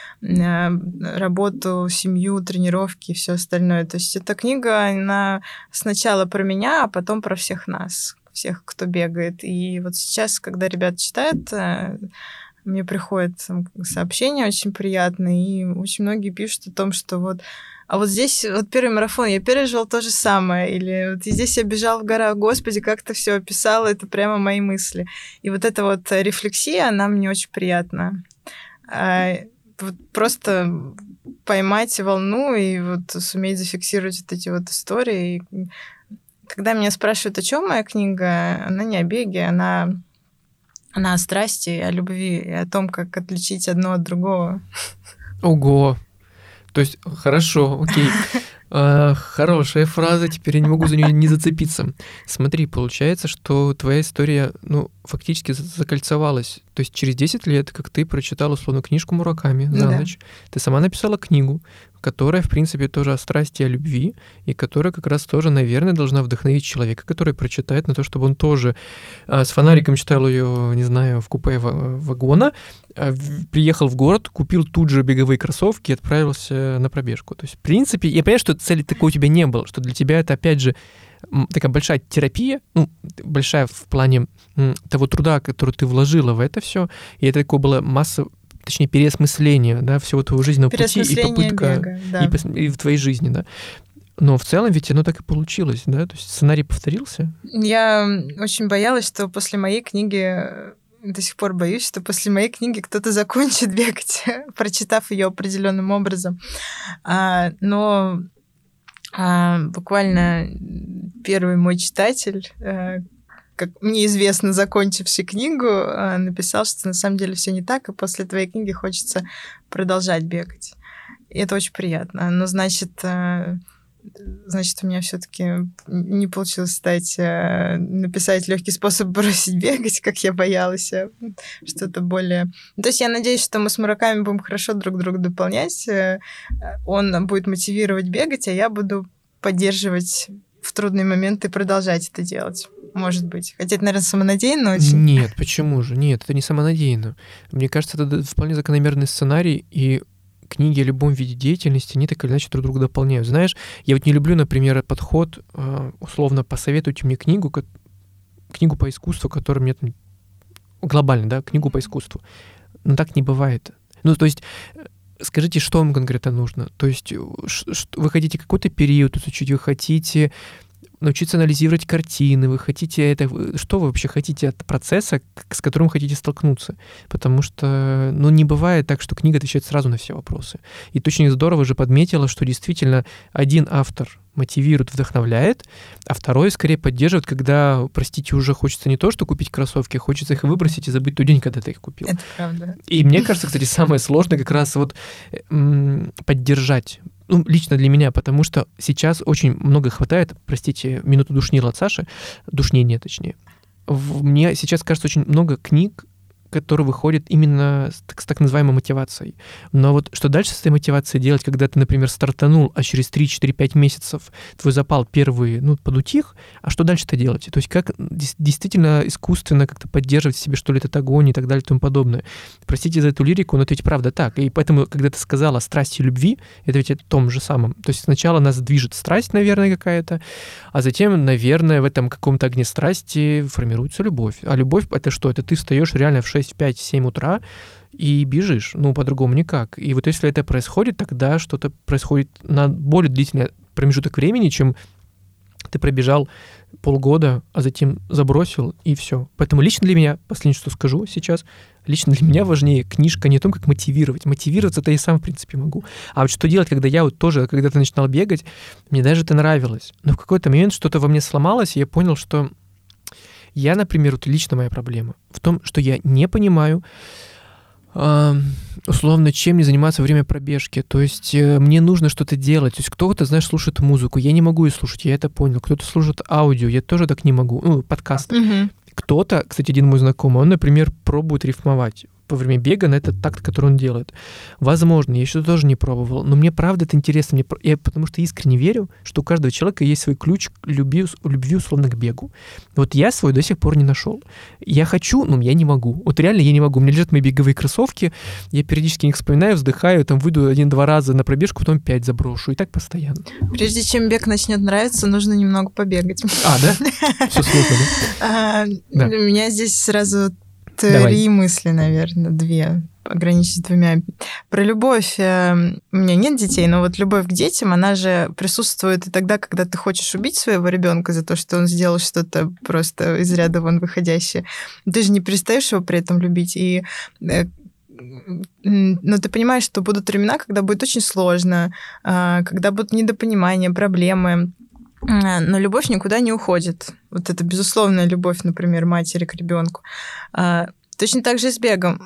A: работу, семью, тренировки и все остальное. То есть эта книга, она сначала про меня, а потом про всех нас, всех, кто бегает. И вот сейчас, когда ребята читают, мне приходят сообщения очень приятные, и очень многие пишут о том, что вот а вот здесь вот первый марафон, я пережил то же самое, или вот здесь я бежал в горах, господи, как ты все описала, это прямо мои мысли. И вот эта вот рефлексия, она мне очень приятна. А, вот просто поймать волну и вот суметь зафиксировать вот эти вот истории. И когда меня спрашивают, о чем моя книга, она не о беге, она, она о страсти, о любви, и о том, как отличить одно от другого.
B: Ого! То есть, хорошо, окей. А, хорошая фраза, теперь я не могу за нее не зацепиться. Смотри, получается, что твоя история, ну, фактически закольцевалась. То есть через десять лет, как ты прочитала, условно, книжку Мураками за
A: Да.
B: ночь, ты сама написала книгу, которая, в принципе, тоже о страсти, о любви, и которая как раз тоже, наверное, должна вдохновить человека, который прочитает на то, чтобы он тоже а, с фонариком читал ее, не знаю, в купе ва- вагона, а, в- приехал в город, купил тут же беговые кроссовки и отправился на пробежку. То есть, в принципе, я понимаю, что цели такой у тебя не было, что для тебя это, опять же, м, такая большая терапия, ну, большая в плане м, того труда, который ты вложила в это все, и это такое было масса, точнее, переосмысление, да, всего твоего жизненного пути и
A: Переосмысление
B: попытка
A: бега, да.
B: и, пос- и в твоей жизни, да. Но в целом ведь оно так и получилось, да, то есть сценарий повторился.
A: Я очень боялась, что после моей книги, э, до сих пор боюсь, что после моей книги кто-то закончит бегать, прочитав ее определенным образом. А, но а, буквально первый мой читатель, э, как мне известно, закончивший книгу, э, написал, что на самом деле все не так, и после твоей книги хочется продолжать бегать. И это очень приятно. Но значит, э, значит, у меня все-таки не получилось стать, э, написать легкий способ бросить бегать, как я боялась, а что-то более. То есть я надеюсь, что мы с Мураками будем хорошо друг друга дополнять. Э, Он будет мотивировать бегать, а я буду поддерживать в трудные моменты и продолжать это делать. Может быть. Хотя это, наверное, самонадеянно очень.
B: Нет, почему же? Нет, это не самонадеянно. Мне кажется, это вполне закономерный сценарий, и книги о любом виде деятельности, они так или иначе друг друга дополняют. Знаешь, я вот не люблю, например, подход, э, условно, посоветуйте мне книгу, ко- книгу по искусству, которая мне там глобально, да, книгу по искусству. Но так не бывает. Ну, то есть, э, скажите, что вам конкретно нужно? То есть, э, ш- ш- вы хотите какой-то период изучить, вы хотите научиться анализировать картины, вы хотите это... Что вы вообще хотите от процесса, к- с которым хотите столкнуться? Потому что, ну, не бывает так, что книга отвечает сразу на все вопросы. И точно здорово же подметила, что действительно один автор мотивирует, вдохновляет, а второй скорее поддерживает, когда, простите, уже хочется не то, что купить кроссовки, а хочется их выбросить и забыть тот день, когда ты их купил.
A: Это правда.
B: И мне кажется, кстати, самое сложное как раз вот м, поддержать. Ну, лично для меня, потому что сейчас очень много хватает, простите, минуту душнила от Саши, душнения точнее. В- Мне сейчас кажется очень много книг, которые выходят именно с так, с так называемой мотивацией. Но вот что дальше с этой мотивацией делать, когда ты, например, стартанул, а через три-четыре-пять месяцев твой запал первый, ну, подутих, а что дальше-то делать? То есть как дес- действительно искусственно как-то поддерживать в себе, что ли, этот огонь и так далее и тому подобное. Простите за эту лирику, но это ведь правда так. И поэтому, когда ты сказала о страсти и любви, это ведь о том же самом. То есть сначала нас движет страсть, наверное, какая-то, а затем, наверное, в этом каком-то огне страсти формируется любовь. А любовь — это что? Это ты встаешь реально в шесть, пять, семь утра и бежишь. Ну, по-другому никак. И вот если это происходит, тогда что-то происходит на более длительный промежуток времени, чем ты пробежал полгода, а затем забросил, и все. Поэтому лично для меня, последнее, что скажу сейчас, лично для меня важнее книжка не о том, как мотивировать. Мотивироваться-то я сам, в принципе, могу. А вот что делать, когда я вот тоже, когда-то начинал бегать, мне даже это нравилось. Но в какой-то момент что-то во мне сломалось, и я понял, что я, например, вот лично моя проблема в том, что я не понимаю, э, условно, чем мне заниматься во время пробежки. То есть э, мне нужно что-то делать. То есть кто-то, знаешь, слушает музыку, я не могу ее слушать, я это понял. Кто-то слушает аудио, я тоже так не могу. Ну, подкаст.
A: Мгм.
B: Кто-то, кстати, один мой знакомый, он, например, пробует рифмовать во время бега на этот такт, который он делает. Возможно, я еще тоже не пробовал, но мне правда это интересно, мне, я потому что искренне верю, что у каждого человека есть свой ключ к любви, любви условно к бегу. Вот я свой до сих пор не нашел. Я хочу, но я не могу. Вот реально я не могу. У меня лежат мои беговые кроссовки, я периодически их вспоминаю, вздыхаю, там выйду один-два раза на пробежку, потом пять заброшу, и так постоянно.
A: Прежде чем бег начнет нравиться, нужно немного побегать.
B: А, да? Все сложно, да?
A: А,
B: Да.
A: У меня здесь сразу
B: Давай.
A: три мысли, наверное, две. Ограничить двумя. Про любовь. э, У меня нет детей, но вот любовь к детям, она же присутствует и тогда, когда ты хочешь убить своего ребенка за то, что он сделал что-то просто из ряда вон выходящее. Ты же не перестаешь его при этом любить. И э, но ты понимаешь, что будут времена, когда будет очень сложно, а, когда будут недопонимания, проблемы. А, Но любовь никуда не уходит. Вот это безусловная любовь, например, матери к ребенку. А, Точно так же и с бегом.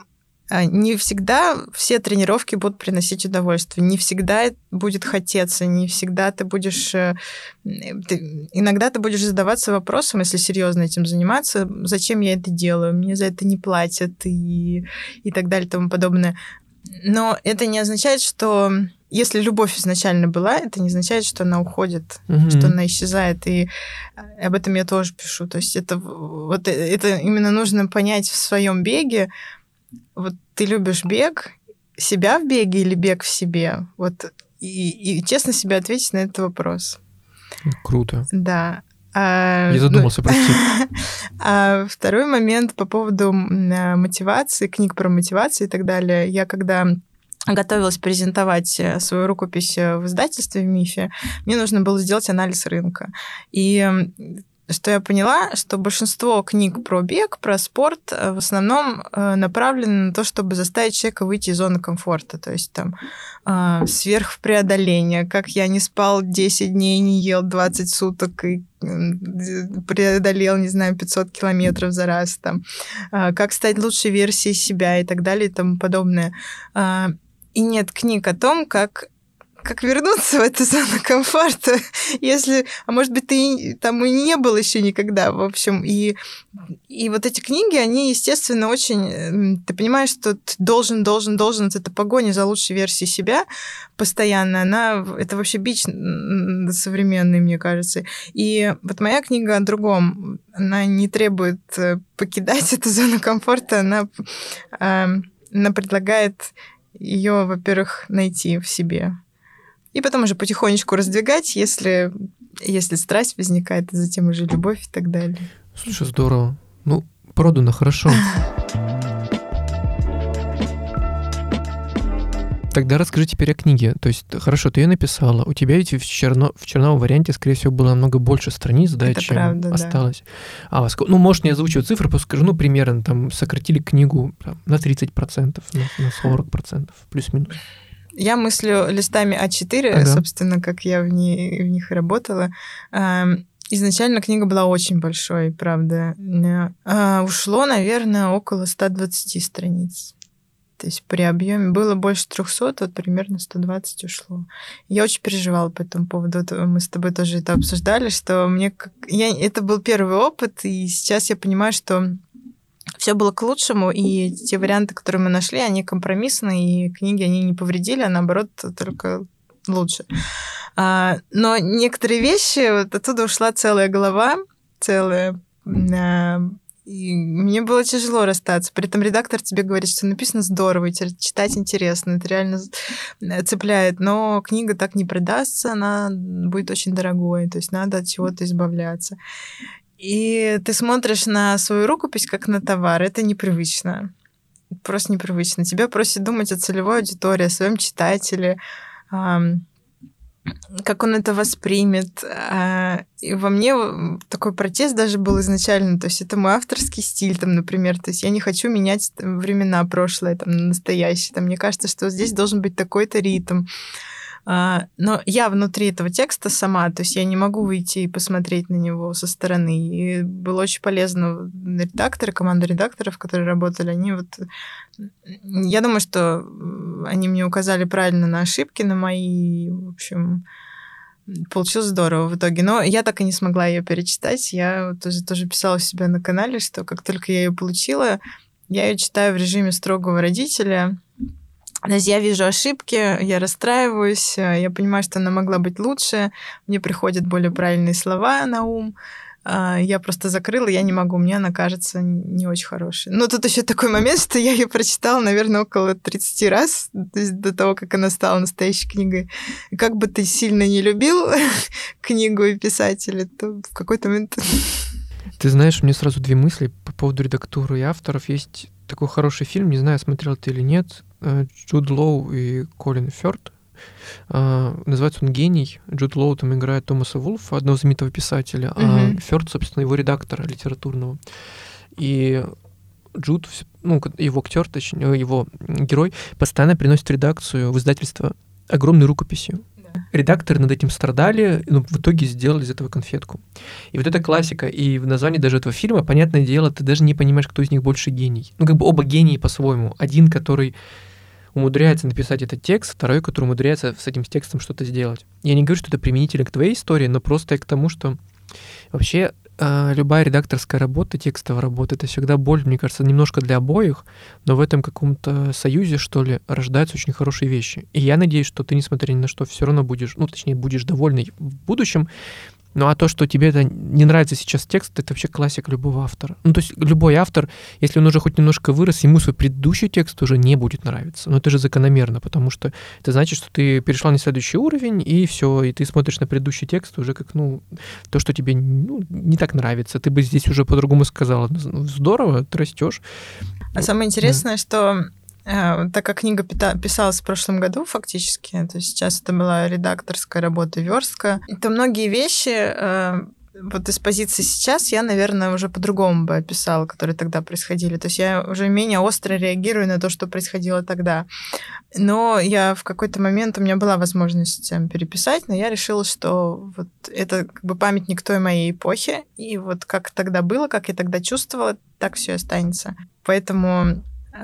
A: не всегда все тренировки будут приносить удовольствие, не всегда будет хотеться, не всегда ты будешь... Ты, иногда ты будешь задаваться вопросом, если серьезно этим заниматься, зачем я это делаю, мне за это не платят и, и так далее и тому подобное. Но это не означает, что... Если любовь изначально была, это не означает, что она уходит, mm-hmm. что она исчезает. И об этом я тоже пишу. То есть это, вот, это именно нужно понять в своем беге. Вот ты любишь бег, себя в беге или бег в себе? Вот, и, и честно себе ответить на этот вопрос.
B: Круто.
A: Да.
B: А, я задумался, ну, прости.
A: А второй момент по поводу мотивации, книг про мотивацию и так далее. Я когда готовилась презентовать свою рукопись в издательстве в МИФе, мне нужно было сделать анализ рынка. И что я поняла, что большинство книг про бег, про спорт в основном направлены на то, чтобы заставить человека выйти из зоны комфорта. То есть там сверхпреодоление, как я не спал десять дней, не ел двадцать суток и преодолел, не знаю, пятьсот километров за раз, там, как стать лучшей версией себя и так далее и тому подобное. И нет книг о том, как как вернуться в эту зону комфорта, если, а может быть, ты там и не был еще никогда, в общем. И, и вот эти книги, они, естественно, очень... Ты понимаешь, что ты должен, должен, должен, это погоня за лучшей версией себя постоянно, она... Это вообще бич современный, мне кажется. И вот моя книга о другом. Она не требует покидать эту зону комфорта, она, она предлагает ее, во-первых, найти в себе. И потом уже потихонечку раздвигать, если, если страсть возникает, и затем уже любовь и так далее.
B: Слушай, здорово. Ну, продано хорошо. Тогда расскажи теперь о книге. То есть, хорошо, ты ее написала. У тебя ведь в, черно, в черновом варианте, скорее всего, было намного больше страниц, да,
A: это
B: чем
A: правда,
B: осталось. Да. А, ну, может, не озвучиваю цифры, просто скажу, ну, примерно, там, сократили книгу там, на тридцать процентов, на, на сорок процентов, плюс-минус.
A: Я мыслю листами а четыре, ага. собственно, как я в, ней, в них работала. Изначально книга была очень большой, правда. Ушло, наверное, около сто двадцать страниц. То есть при объеме было больше трехсот, вот примерно сто двадцать ушло. Я очень переживала по этому поводу. Мы с тобой тоже это обсуждали, что мне как... я... это был первый опыт, и сейчас я понимаю, что все было к лучшему, и те варианты, которые мы нашли, они компромиссные, и книги они не повредили, а наоборот, только лучше. А, но некоторые вещи, вот оттуда ушла целая глава, целая... И мне было тяжело расстаться. При этом редактор тебе говорит, что написано здорово, читать интересно, это реально цепляет. Но книга так не продастся, она будет очень дорогой, то есть надо от чего-то избавляться. И ты смотришь на свою рукопись как на товар, это непривычно. Просто непривычно. Тебя просят думать о целевой аудитории, о своем читателе, как он это воспримет. И во мне такой протест даже был изначально, то есть это мой авторский стиль, там, например, то есть я не хочу менять там, времена прошлое там, на настоящее. Там, мне кажется, что здесь должен быть такой-то ритм. Но я внутри этого текста сама, то есть я не могу выйти и посмотреть на него со стороны. И было очень полезно редакторы, команда редакторов, которые работали, они вот... Я думаю, что они мне указали правильно на ошибки, на мои, в общем... Получилось здорово в итоге. Но я так и не смогла ее перечитать. Я тоже, тоже писала у себя на канале, что как только я ее получила, я ее читаю в режиме строгого родителя. То есть я вижу ошибки, я расстраиваюсь, я понимаю, что она могла быть лучше, мне приходят более правильные слова на ум, я просто закрыла, я не могу, мне она кажется не очень хорошей. Но тут еще такой момент, что я ее прочитала, наверное, около тридцать раз, то есть до того, как она стала настоящей книгой. И как бы ты сильно не любил книгу и писателя, то в какой-то момент...
B: Ты знаешь, у меня сразу две мысли по поводу редактуры и авторов. Есть такой хороший фильм, не знаю, смотрел ты или нет, Джуд Лоу и Колин Фёрд. Называется он «Гений». Джуд Лоу там играет Томаса Вулфа, одного знаменитого писателя, mm-hmm. а Фёрд, собственно, его редактора литературного. И Джуд, ну, его актер, точнее, его герой, постоянно приносит в редакцию, в издательство огромной рукописью. редакторы над этим страдали, ну, в итоге сделали из этого конфетку. И вот это классика. И в названии даже этого фильма, понятное дело, ты даже не понимаешь, кто из них больше гений. Ну, как бы оба гении по-своему. Один, который умудряется написать этот текст, второй, который умудряется с этим текстом что-то сделать. Я не говорю, что это применительно к твоей истории, но просто к тому, что вообще э, любая редакторская работа, текстовая работа, это всегда боль, мне кажется, немножко для обоих, но в этом каком-то союзе, что ли, рождаются очень хорошие вещи. И я надеюсь, что ты, несмотря ни на что, все равно будешь, ну, точнее, будешь довольный в будущем. Ну, а то, что тебе это не нравится сейчас текст, это вообще классика любого автора. Ну, то есть любой автор, если он уже хоть немножко вырос, ему свой предыдущий текст уже не будет нравиться. Но это же закономерно, потому что это значит, что ты перешла на следующий уровень, и все, и ты смотришь на предыдущий текст уже как, ну, то, что тебе ну, не так нравится. Ты бы здесь уже по-другому сказала. Здорово, ты растешь.
A: А самое интересное, да. что... Так как книга писалась в прошлом году фактически, то есть сейчас это была редакторская работа, верстка, то многие вещи вот из позиции сейчас я, наверное, уже по-другому бы описала, которые тогда происходили. То есть я уже менее остро реагирую на то, что происходило тогда. Но я в какой-то момент, у меня была возможность переписать, но я решила, что вот это как бы памятник той моей эпохи, и вот как тогда было, как я тогда чувствовала, так все останется. Поэтому...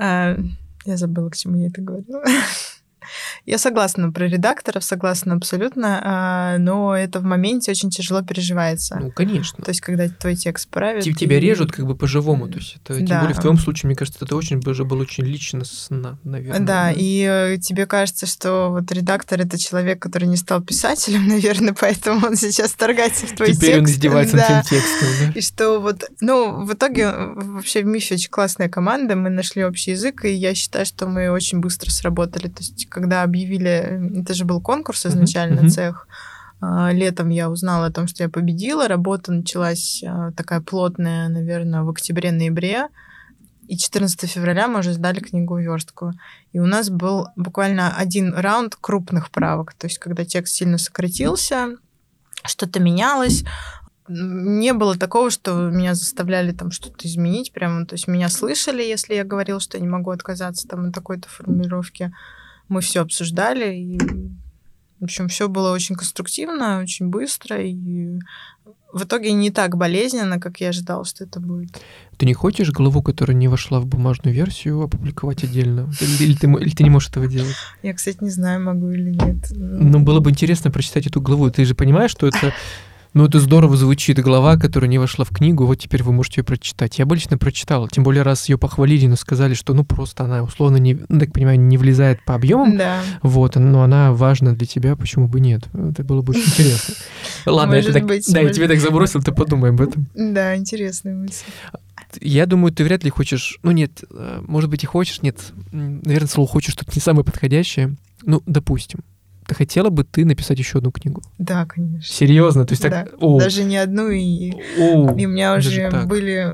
A: Я забыла, к чему я это говорила. Я согласна про редакторов, согласна абсолютно, но это в моменте очень тяжело переживается.
B: Ну, конечно.
A: То есть, когда твой текст правят...
B: Тебя и... режут как бы по-живому, то есть это, да. Тем более в твоем случае, мне кажется, это очень уже было очень личностно, наверное.
A: Да, да, и тебе кажется, что вот редактор — это человек, который не стал писателем, наверное, поэтому он сейчас вторгается в твой текст.
B: Теперь он издевается да. над твоим текстом, да?
A: И что вот, ну, в итоге вообще в МИФе очень классная команда, мы нашли общий язык, и я считаю, что мы очень быстро сработали, то есть когда объявили, это же был конкурс изначально, uh-huh. цех. Летом я узнала о том, что я победила. Работа началась такая плотная, наверное, в октябре-ноябре. И четырнадцатого февраля мы уже сдали книгу верстку. И у нас был буквально один раунд крупных правок. То есть когда текст сильно сократился, что-то менялось. Не было такого, что меня заставляли там что-то изменить. Прямо, то есть меня слышали, если я говорила, что я не могу отказаться там от такой-то формулировки. Мы все обсуждали, и, в общем, все было очень конструктивно, очень быстро, и в итоге не так болезненно, как я ожидала, что это будет.
B: Ты не хочешь главу, которая не вошла в бумажную версию, опубликовать отдельно? Или, или, ты, или ты не можешь этого делать?
A: Я, кстати, не знаю, могу или нет.
B: Ну, было бы интересно прочитать эту главу. Ты же понимаешь, что это... Ну, это здорово звучит, глава, которая не вошла в книгу, вот теперь вы можете ее прочитать. Я бы лично прочитал, тем более раз ее похвалили, но сказали, что, ну, просто она условно, не, ну, так понимаю, не влезает по объемам,
A: да.
B: Вот, но она важна для тебя, почему бы нет? Это было бы очень интересно. Ладно, я тебе так забросил, ты подумай об этом.
A: Да, интересная мысль.
B: Я думаю, ты вряд ли хочешь, ну, нет, может быть, и хочешь, нет, наверное, слово «хочешь» тут не самое подходящее, ну, допустим. Ты хотела бы ты написать еще одну книгу?
A: Да, конечно.
B: Серьезно? То есть
A: да.
B: так...
A: О. Даже не одну, и,
B: О,
A: и у меня уже были...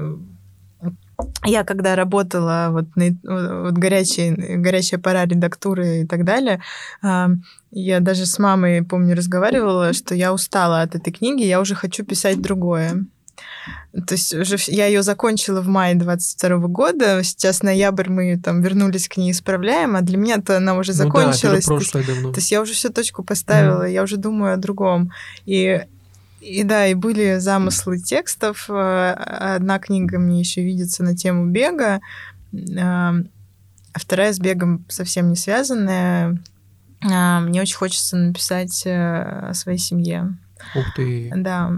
A: Я когда работала, вот, на, вот горячая, горячая пора редактуры и так далее, я даже с мамой, помню, разговаривала, что я устала от этой книги, я уже хочу писать другое. То есть уже я ее закончила в мае двадцать второго года, сейчас ноябрь, мы там вернулись к ней, исправляем, а для меня-то она уже закончилась.
B: Ну да, это прошлое
A: то,
B: давно.
A: То есть я уже всю точку поставила, mm. я уже думаю о другом. И, и да, и были замыслы текстов. Одна книга мне еще видится на тему бега, а вторая с бегом совсем не связанная. Мне очень хочется написать о своей семье.
B: Ух ты!
A: Да,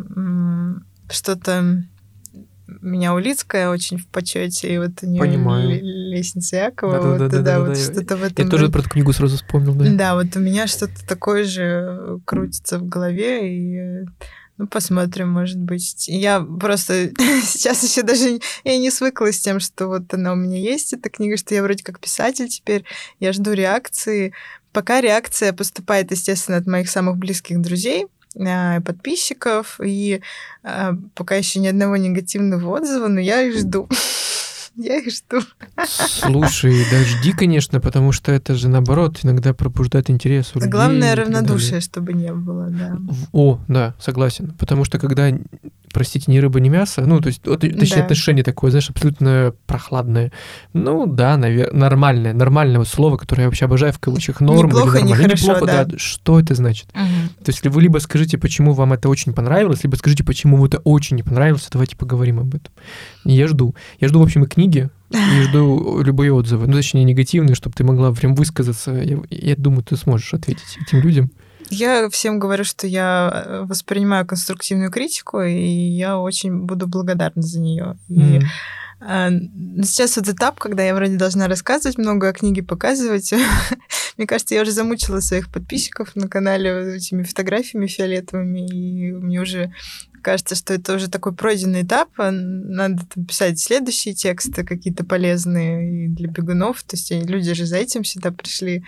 A: что-то меня Улицкая очень в почете, и вот у нее «Лестница Якова»,
B: да,
A: вот,
B: да, да,
A: да,
B: да,
A: вот
B: да,
A: что-то в этом.
B: Я тоже про эту книгу сразу вспомнил, да.
A: Да, вот у меня что-то такое же крутится в голове, и ну, посмотрим, может быть. Я просто сейчас еще даже я не свыклась с тем, что вот она у меня есть, эта книга, что я вроде как писатель теперь, я жду реакции. Пока реакция поступает, естественно, от моих самых близких друзей, подписчиков, и а, пока еще ни одного негативного отзыва, но я их жду. Я их жду.
B: Слушай, да жди, конечно, потому что это же, наоборот, иногда пробуждает интерес у людей.
A: Главное, равнодушие, чтобы не было, да.
B: О, да, согласен. Потому что когда, простите, ни рыба, ни мясо, ну, то есть, точнее, да. отношение такое, знаешь, абсолютно прохладное. Ну, да, наверное, нормальное, нормальное вот слово, которое я вообще обожаю в кавычках, норм.
A: Неплохо, нехорошо,
B: неплохо,
A: да.
B: да. Что это значит?
A: Угу.
B: То есть, если вы либо скажите, почему вам это очень понравилось, либо скажите, почему вам это очень не понравилось, давайте поговорим об этом. И я жду. Я жду, в общем, и книги, и жду любые отзывы, ну, точнее, негативные, чтобы ты могла прям высказаться. Я, я думаю, ты сможешь ответить этим людям.
A: Я всем говорю, что я воспринимаю конструктивную критику, и я очень буду благодарна за нее. И mm. сейчас вот этап, когда я вроде должна рассказывать много, о книге показывать. Мне кажется, я уже замучила своих подписчиков на канале этими фотографиями фиолетовыми, и мне уже кажется, что это уже такой пройденный этап. Надо там писать следующие тексты, какие-то полезные и для бегунов. То есть люди же за этим сюда пришли.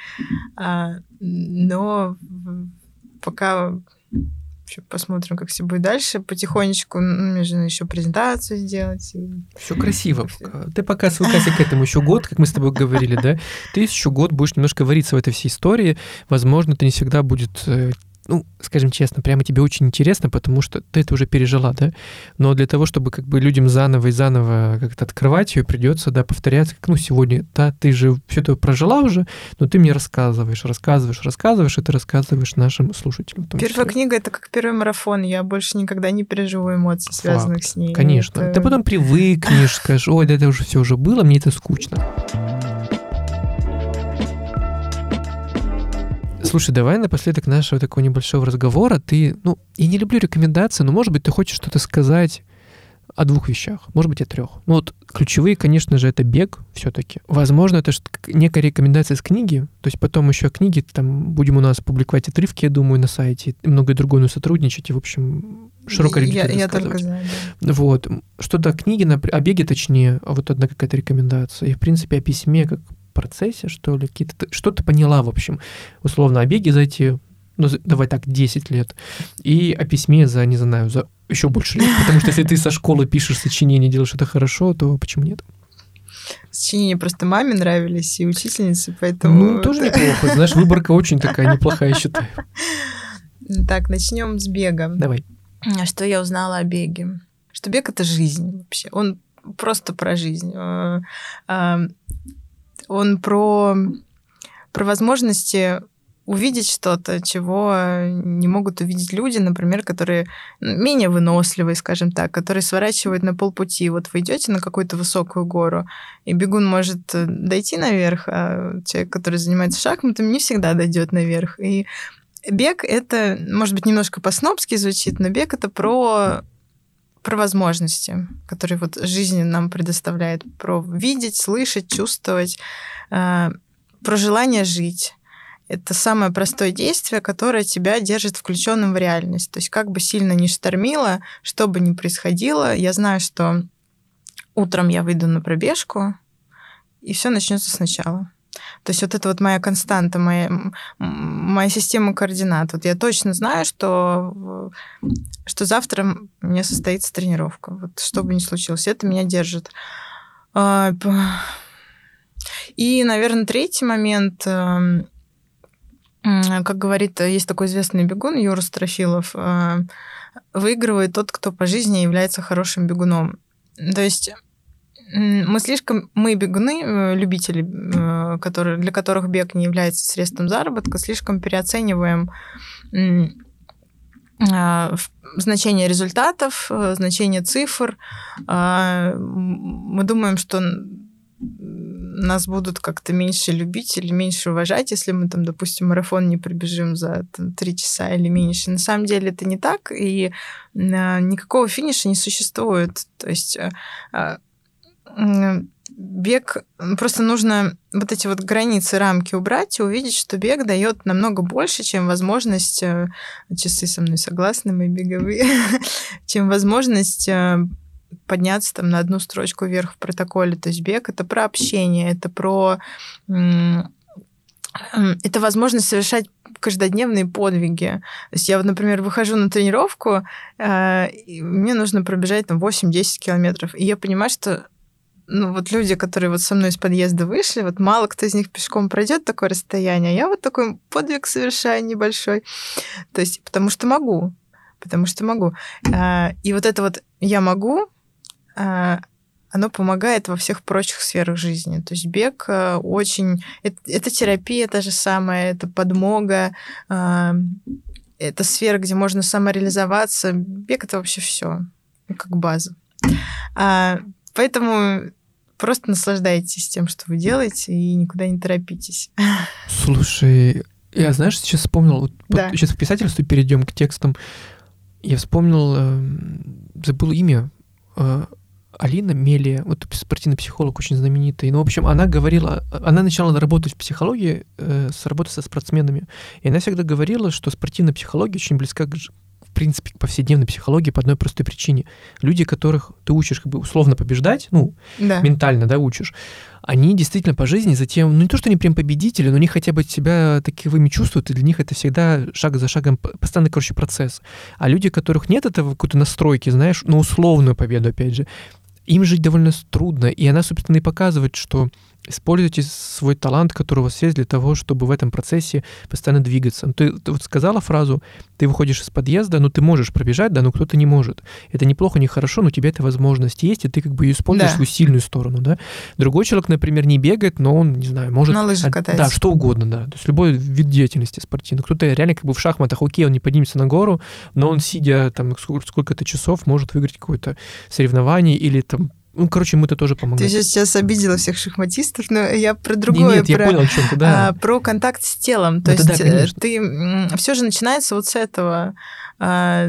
A: Но пока посмотрим, как все будет дальше. Потихонечку, ну, мне же еще презентацию сделать. И...
B: Все красиво. Ты пока свыкайся к этому еще год, как мы с тобой говорили, да? Ты еще год будешь немножко вариться в этой всей истории. Возможно, это не всегда будет... Ну, скажем честно, прямо тебе очень интересно, потому что ты это уже пережила, да? Но для того, чтобы как бы людям заново и заново как-то открывать ее, придется, да, повторяться, как, ну, сегодня, да, ты же все это прожила уже, но ты мне рассказываешь, рассказываешь, рассказываешь, и ты рассказываешь нашим слушателям.
A: Первая книга — это как первый марафон, я больше никогда не переживу эмоций, связанных Факт. С ней.
B: Конечно. Это... Ты потом привыкнешь, скажешь, ой, да это уже все уже было, мне это скучно. Слушай, давай напоследок нашего такого небольшого разговора. Ты, ну, я не люблю рекомендации, но, может быть, ты хочешь что-то сказать о двух вещах, может быть, о трех. Ну, вот ключевые, конечно же, это бег все-таки. Возможно, это некая рекомендация с книги, то есть потом еще книги, там, будем у нас публиковать отрывки, я думаю, на сайте, и многое другое, ну, сотрудничать, и, в общем, широкой аудитории
A: Я, я только знаю, да.
B: Вот. Что-то о книге, о беге, точнее, вот одна какая-то рекомендация. И, в принципе, о письме, как процессе, что ли, какие-то, что ты поняла, в общем, условно, о беге за эти, ну, давай так, десять лет, и о письме за, не знаю, за еще больше лет, потому что если ты со школы пишешь сочинение, делаешь это хорошо, то почему нет?
A: Сочинения просто маме нравились и учительнице, поэтому...
B: Ну, тоже неплохо, знаешь, выборка очень такая неплохая, считаю.
A: Так, начнем с бега.
B: Давай.
A: Что я узнала о беге? Что бег — это жизнь вообще, он просто про жизнь. Он про, про возможности увидеть что-то, чего не могут увидеть люди, например, которые менее выносливые, скажем так, которые сворачивают на полпути. Вот вы идете на какую-то высокую гору, и бегун может дойти наверх, а человек, который занимается шахматами, не всегда дойдет наверх. И бег — это, может быть, немножко по-снобски звучит, но бег — это про... про возможности, которые вот жизнь нам предоставляет, про видеть, слышать, чувствовать, э, про желание жить. Это самое простое действие, которое тебя держит включенным в реальность. То есть как бы сильно ни штормило, что бы ни происходило, я знаю, что утром я выйду на пробежку, и все начнется сначала. То есть вот это вот моя константа, моя, моя система координат. Вот я точно знаю, что, что завтра у меня состоится тренировка. Вот что бы ни случилось, это меня держит. И, наверное, третий момент, как говорит, есть такой известный бегун Юра Строфилов, выигрывает тот, кто по жизни является хорошим бегуном. То есть мы слишком, мы бегуны, любители, которые, для которых бег не является средством заработка, слишком переоцениваем значение результатов, значение цифр. Мы думаем, что нас будут как-то меньше любить или меньше уважать, если мы, там, допустим, марафон не пробежим за три часа или меньше. На самом деле это не так, и никакого финиша не существует. То есть бег, просто нужно вот эти вот границы, рамки убрать и увидеть, что бег дает намного больше, чем возможность, часы со мной согласны, мои беговые, чем возможность подняться там на одну строчку вверх в протоколе. То есть бег — это про общение, это про... Это возможность совершать каждодневные подвиги. То есть я вот, например, выхожу на тренировку, и мне нужно пробежать там восемь-десять километров, и я понимаю, что ну, вот люди, которые вот со мной из подъезда вышли, вот мало кто из них пешком пройдет такое расстояние, а я вот такой подвиг совершаю небольшой. То есть потому что могу, потому что могу. И вот это вот «я могу», оно помогает во всех прочих сферах жизни. То есть бег очень... Это, это терапия та же самая, это подмога, это это сфера, где можно самореализоваться. Бег — это вообще все, ну, как база. А, поэтому просто наслаждайтесь тем, что вы делаете, и никуда не торопитесь.
B: Слушай, я, знаешь, сейчас вспомнил, вот,
A: Да.
B: вот сейчас к писательству перейдем, к текстам. Я вспомнил, э, забыл имя, э, Алина Мелия, вот спортивный психолог, очень знаменитый. Ну, в общем, она говорила, она начала работать в психологии, э, с работы со спортсменами, и она всегда говорила, что спортивная психология очень близка к, в принципе, к повседневной психологии по одной простой причине. Люди, которых ты учишь как бы условно побеждать, ну,
A: Да.
B: ментально, да, учишь, они действительно по жизни затем, ну, не то, что они прям победители, но они хотя бы себя таковыми чувствуют, и для них это всегда шаг за шагом, постоянный, короче, процесс. А люди, у которых нет этого какой-то настройки, знаешь, ну, условную победу, опять же, им жить довольно трудно, и она, собственно, и показывает, что используйте свой талант, который у вас есть, для того, чтобы в этом процессе постоянно двигаться. Ну, ты, ты вот сказала фразу, ты выходишь из подъезда, ну, ты можешь пробежать, да, но кто-то не может. Это неплохо, не хорошо, но у тебя эта возможность есть, и ты как бы ее используешь в
A: Да.
B: свою сильную сторону, да. Другой человек, например, не бегает, но он, не знаю, может...
A: На лыжах
B: а,
A: катается.
B: Да, что угодно, да. То есть любой вид деятельности спортивной. Кто-то реально как бы в шахматах, окей, он не поднимется на гору, но он, сидя там сколько- сколько-то часов, может выиграть какое-то соревнование или там. Ну, короче, ему это тоже
A: Ты
B: помогает.
A: же сейчас обидела всех шахматистов, но я про другое.
B: Нет, я
A: про,
B: понял, о чем ты, да.
A: а, про контакт с телом. То
B: Это да,
A: есть э,
B: конечно.
A: ты все же начинается вот с этого. А,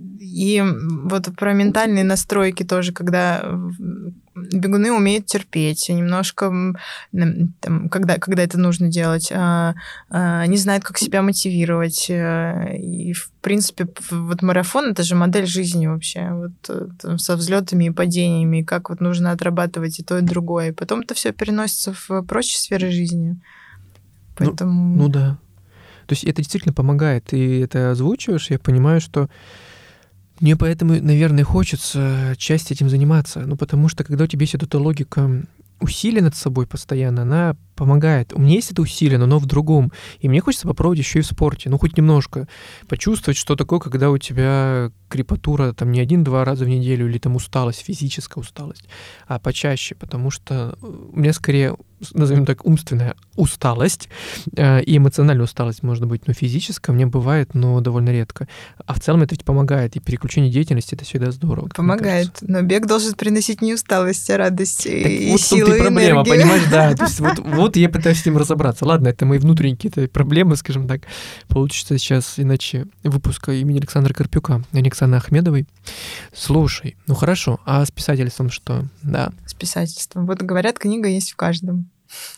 A: И вот про ментальные настройки тоже, когда бегуны умеют терпеть, немножко, м, там, когда, когда это нужно делать, а, а, они знают, как себя мотивировать. э, И, в принципе, п- вот марафон — это же модель жизни вообще, вот э, там, со взлетами и падениями, и как вот нужно отрабатывать и то, и другое. И потом это все переносится в прочие сферы жизни. Поэтому...
B: Ну да. То есть это действительно помогает. Ты это озвучиваешь, я понимаю, что мне поэтому, наверное, хочется часть этим заниматься. Ну, потому что когда у тебя есть вот эта логика усилия над собой постоянно, она помогает. У меня есть это усилие, но оно в другом. И мне хочется попробовать еще и в спорте. Ну, хоть немножко. Почувствовать, что такое, когда у тебя крепатура там не один-два раза в неделю или там усталость, физическая усталость, а почаще. Потому что у меня скорее, назовем так, умственная усталость э, и эмоциональная усталость может быть, но физическая у меня бывает, но довольно редко. А в целом это ведь помогает. И переключение деятельности — это всегда здорово.
A: Помогает. Но бег должен приносить не усталость, а радость
B: Так
A: и
B: вот
A: силу,
B: в том-то и
A: и
B: проблема,
A: энергию.
B: понимаешь, да. То есть вот, вот я пытаюсь с этим разобраться. Ладно, это мои внутренние какие-то проблемы, скажем так. Получится сейчас иначе выпуска имени Александра Карпюка, а не Оксаны Ахмедовой. Слушай, ну хорошо, а с писательством что? Да.
A: С писательством. Вот говорят, книга есть в каждом.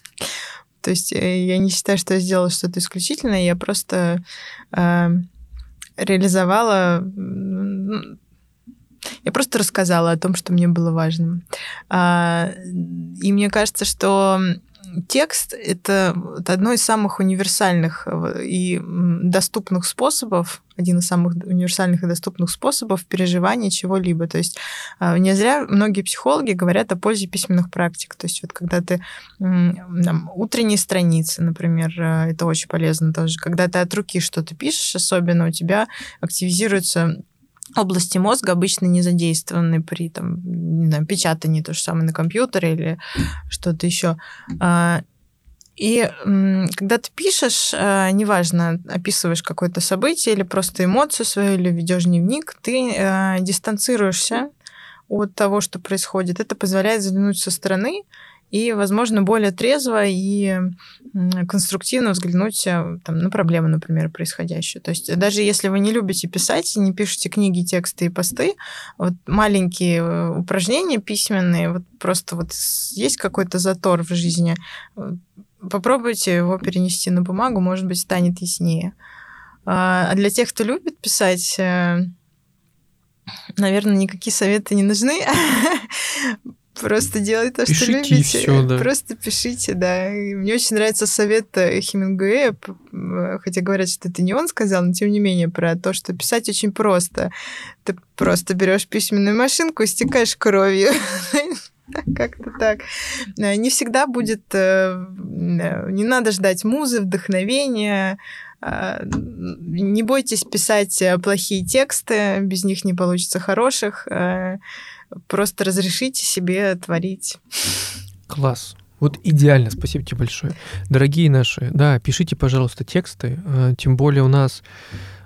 A: То есть э, я не считаю, что я сделала что-то исключительное, я просто э, реализовала... м, Я просто рассказала о том, что мне было важным. А, И мне кажется, что текст — это вот одно из самых универсальных и м, доступных способов, один из самых универсальных и доступных способов переживания чего-либо. То есть а, не зря многие психологи говорят о пользе письменных практик. То есть вот когда ты м, там, утренние страницы, например, а, это очень полезно тоже. Когда ты от руки что-то пишешь, особенно у тебя активизируется области мозга, обычно не задействованы при там, не знаю, печатании, то же самое на компьютере или что-то еще. И когда ты пишешь, неважно, описываешь какое-то событие или просто эмоцию свою, или ведешь дневник, ты дистанцируешься от того, что происходит. Это позволяет взглянуть со стороны и, возможно, более трезво и конструктивно взглянуть там, на проблему, например, происходящую. То есть даже если вы не любите писать, не пишете книги, тексты и посты, вот маленькие упражнения письменные, вот просто вот есть какой-то затор в жизни, попробуйте его перенести на бумагу, может быть, станет яснее. А для тех, кто любит писать, наверное, никакие советы не нужны. Просто делайте то,
B: пишите,
A: что любите.
B: И всё, да.
A: Просто пишите, да. И мне очень нравится совет Хемингуэя, хотя говорят, что это не он сказал, но тем не менее, про то, что писать очень просто. Ты просто берешь письменную машинку и стекаешь кровью. Как-то так. Не всегда будет... Не надо ждать музы, вдохновения. Не бойтесь писать плохие тексты, без них не получится хороших. Просто разрешите себе творить.
B: Класс. Вот идеально, спасибо тебе большое. Дорогие наши, да, пишите, пожалуйста, тексты, тем более у нас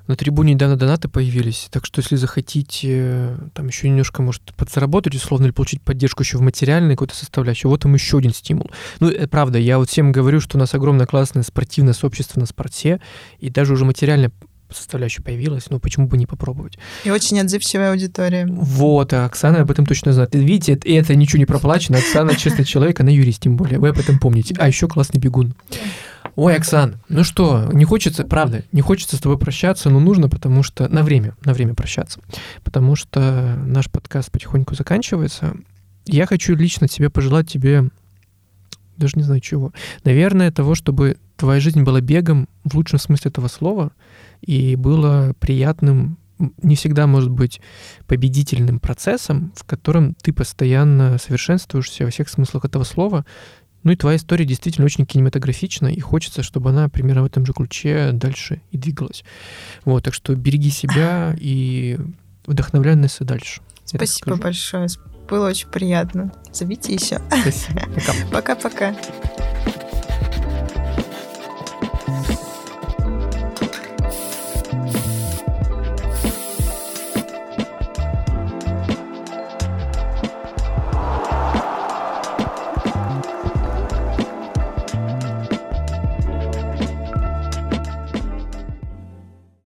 B: На трибуне недавно донаты появились, так что если захотите там еще немножко, может, подзаработать условно или получить поддержку еще в материальной какой-то составляющей, вот им еще один стимул. Ну, правда, я вот всем говорю, что у нас огромное классное спортивное сообщество на спорте, и даже уже материальная составляющая появилась, ну почему бы не попробовать.
A: И очень отзывчивая аудитория.
B: Вот, а Оксана об этом точно знает. Видите, это, это ничего не проплачено, Оксана честный человек, она юрист, тем более, вы об этом помните. А еще классный бегун. Ой, Оксан, ну что, не хочется, правда, не хочется с тобой прощаться, но нужно, потому что на время, на время прощаться, потому что наш подкаст потихоньку заканчивается. Я хочу лично тебе пожелать тебе, даже не знаю чего, наверное, того, чтобы твоя жизнь была бегом в лучшем смысле этого слова и было приятным, не всегда, может быть, победительным процессом, в котором ты постоянно совершенствуешься во всех смыслах этого слова. Ну и твоя история действительно очень кинематографична, и хочется, чтобы она примерно в этом же ключе дальше и двигалась. Вот, так что береги себя и вдохновляй нас и дальше.
A: Спасибо большое. Было очень приятно. Зовите еще.
B: Спасибо. Пока.
A: Пока-пока.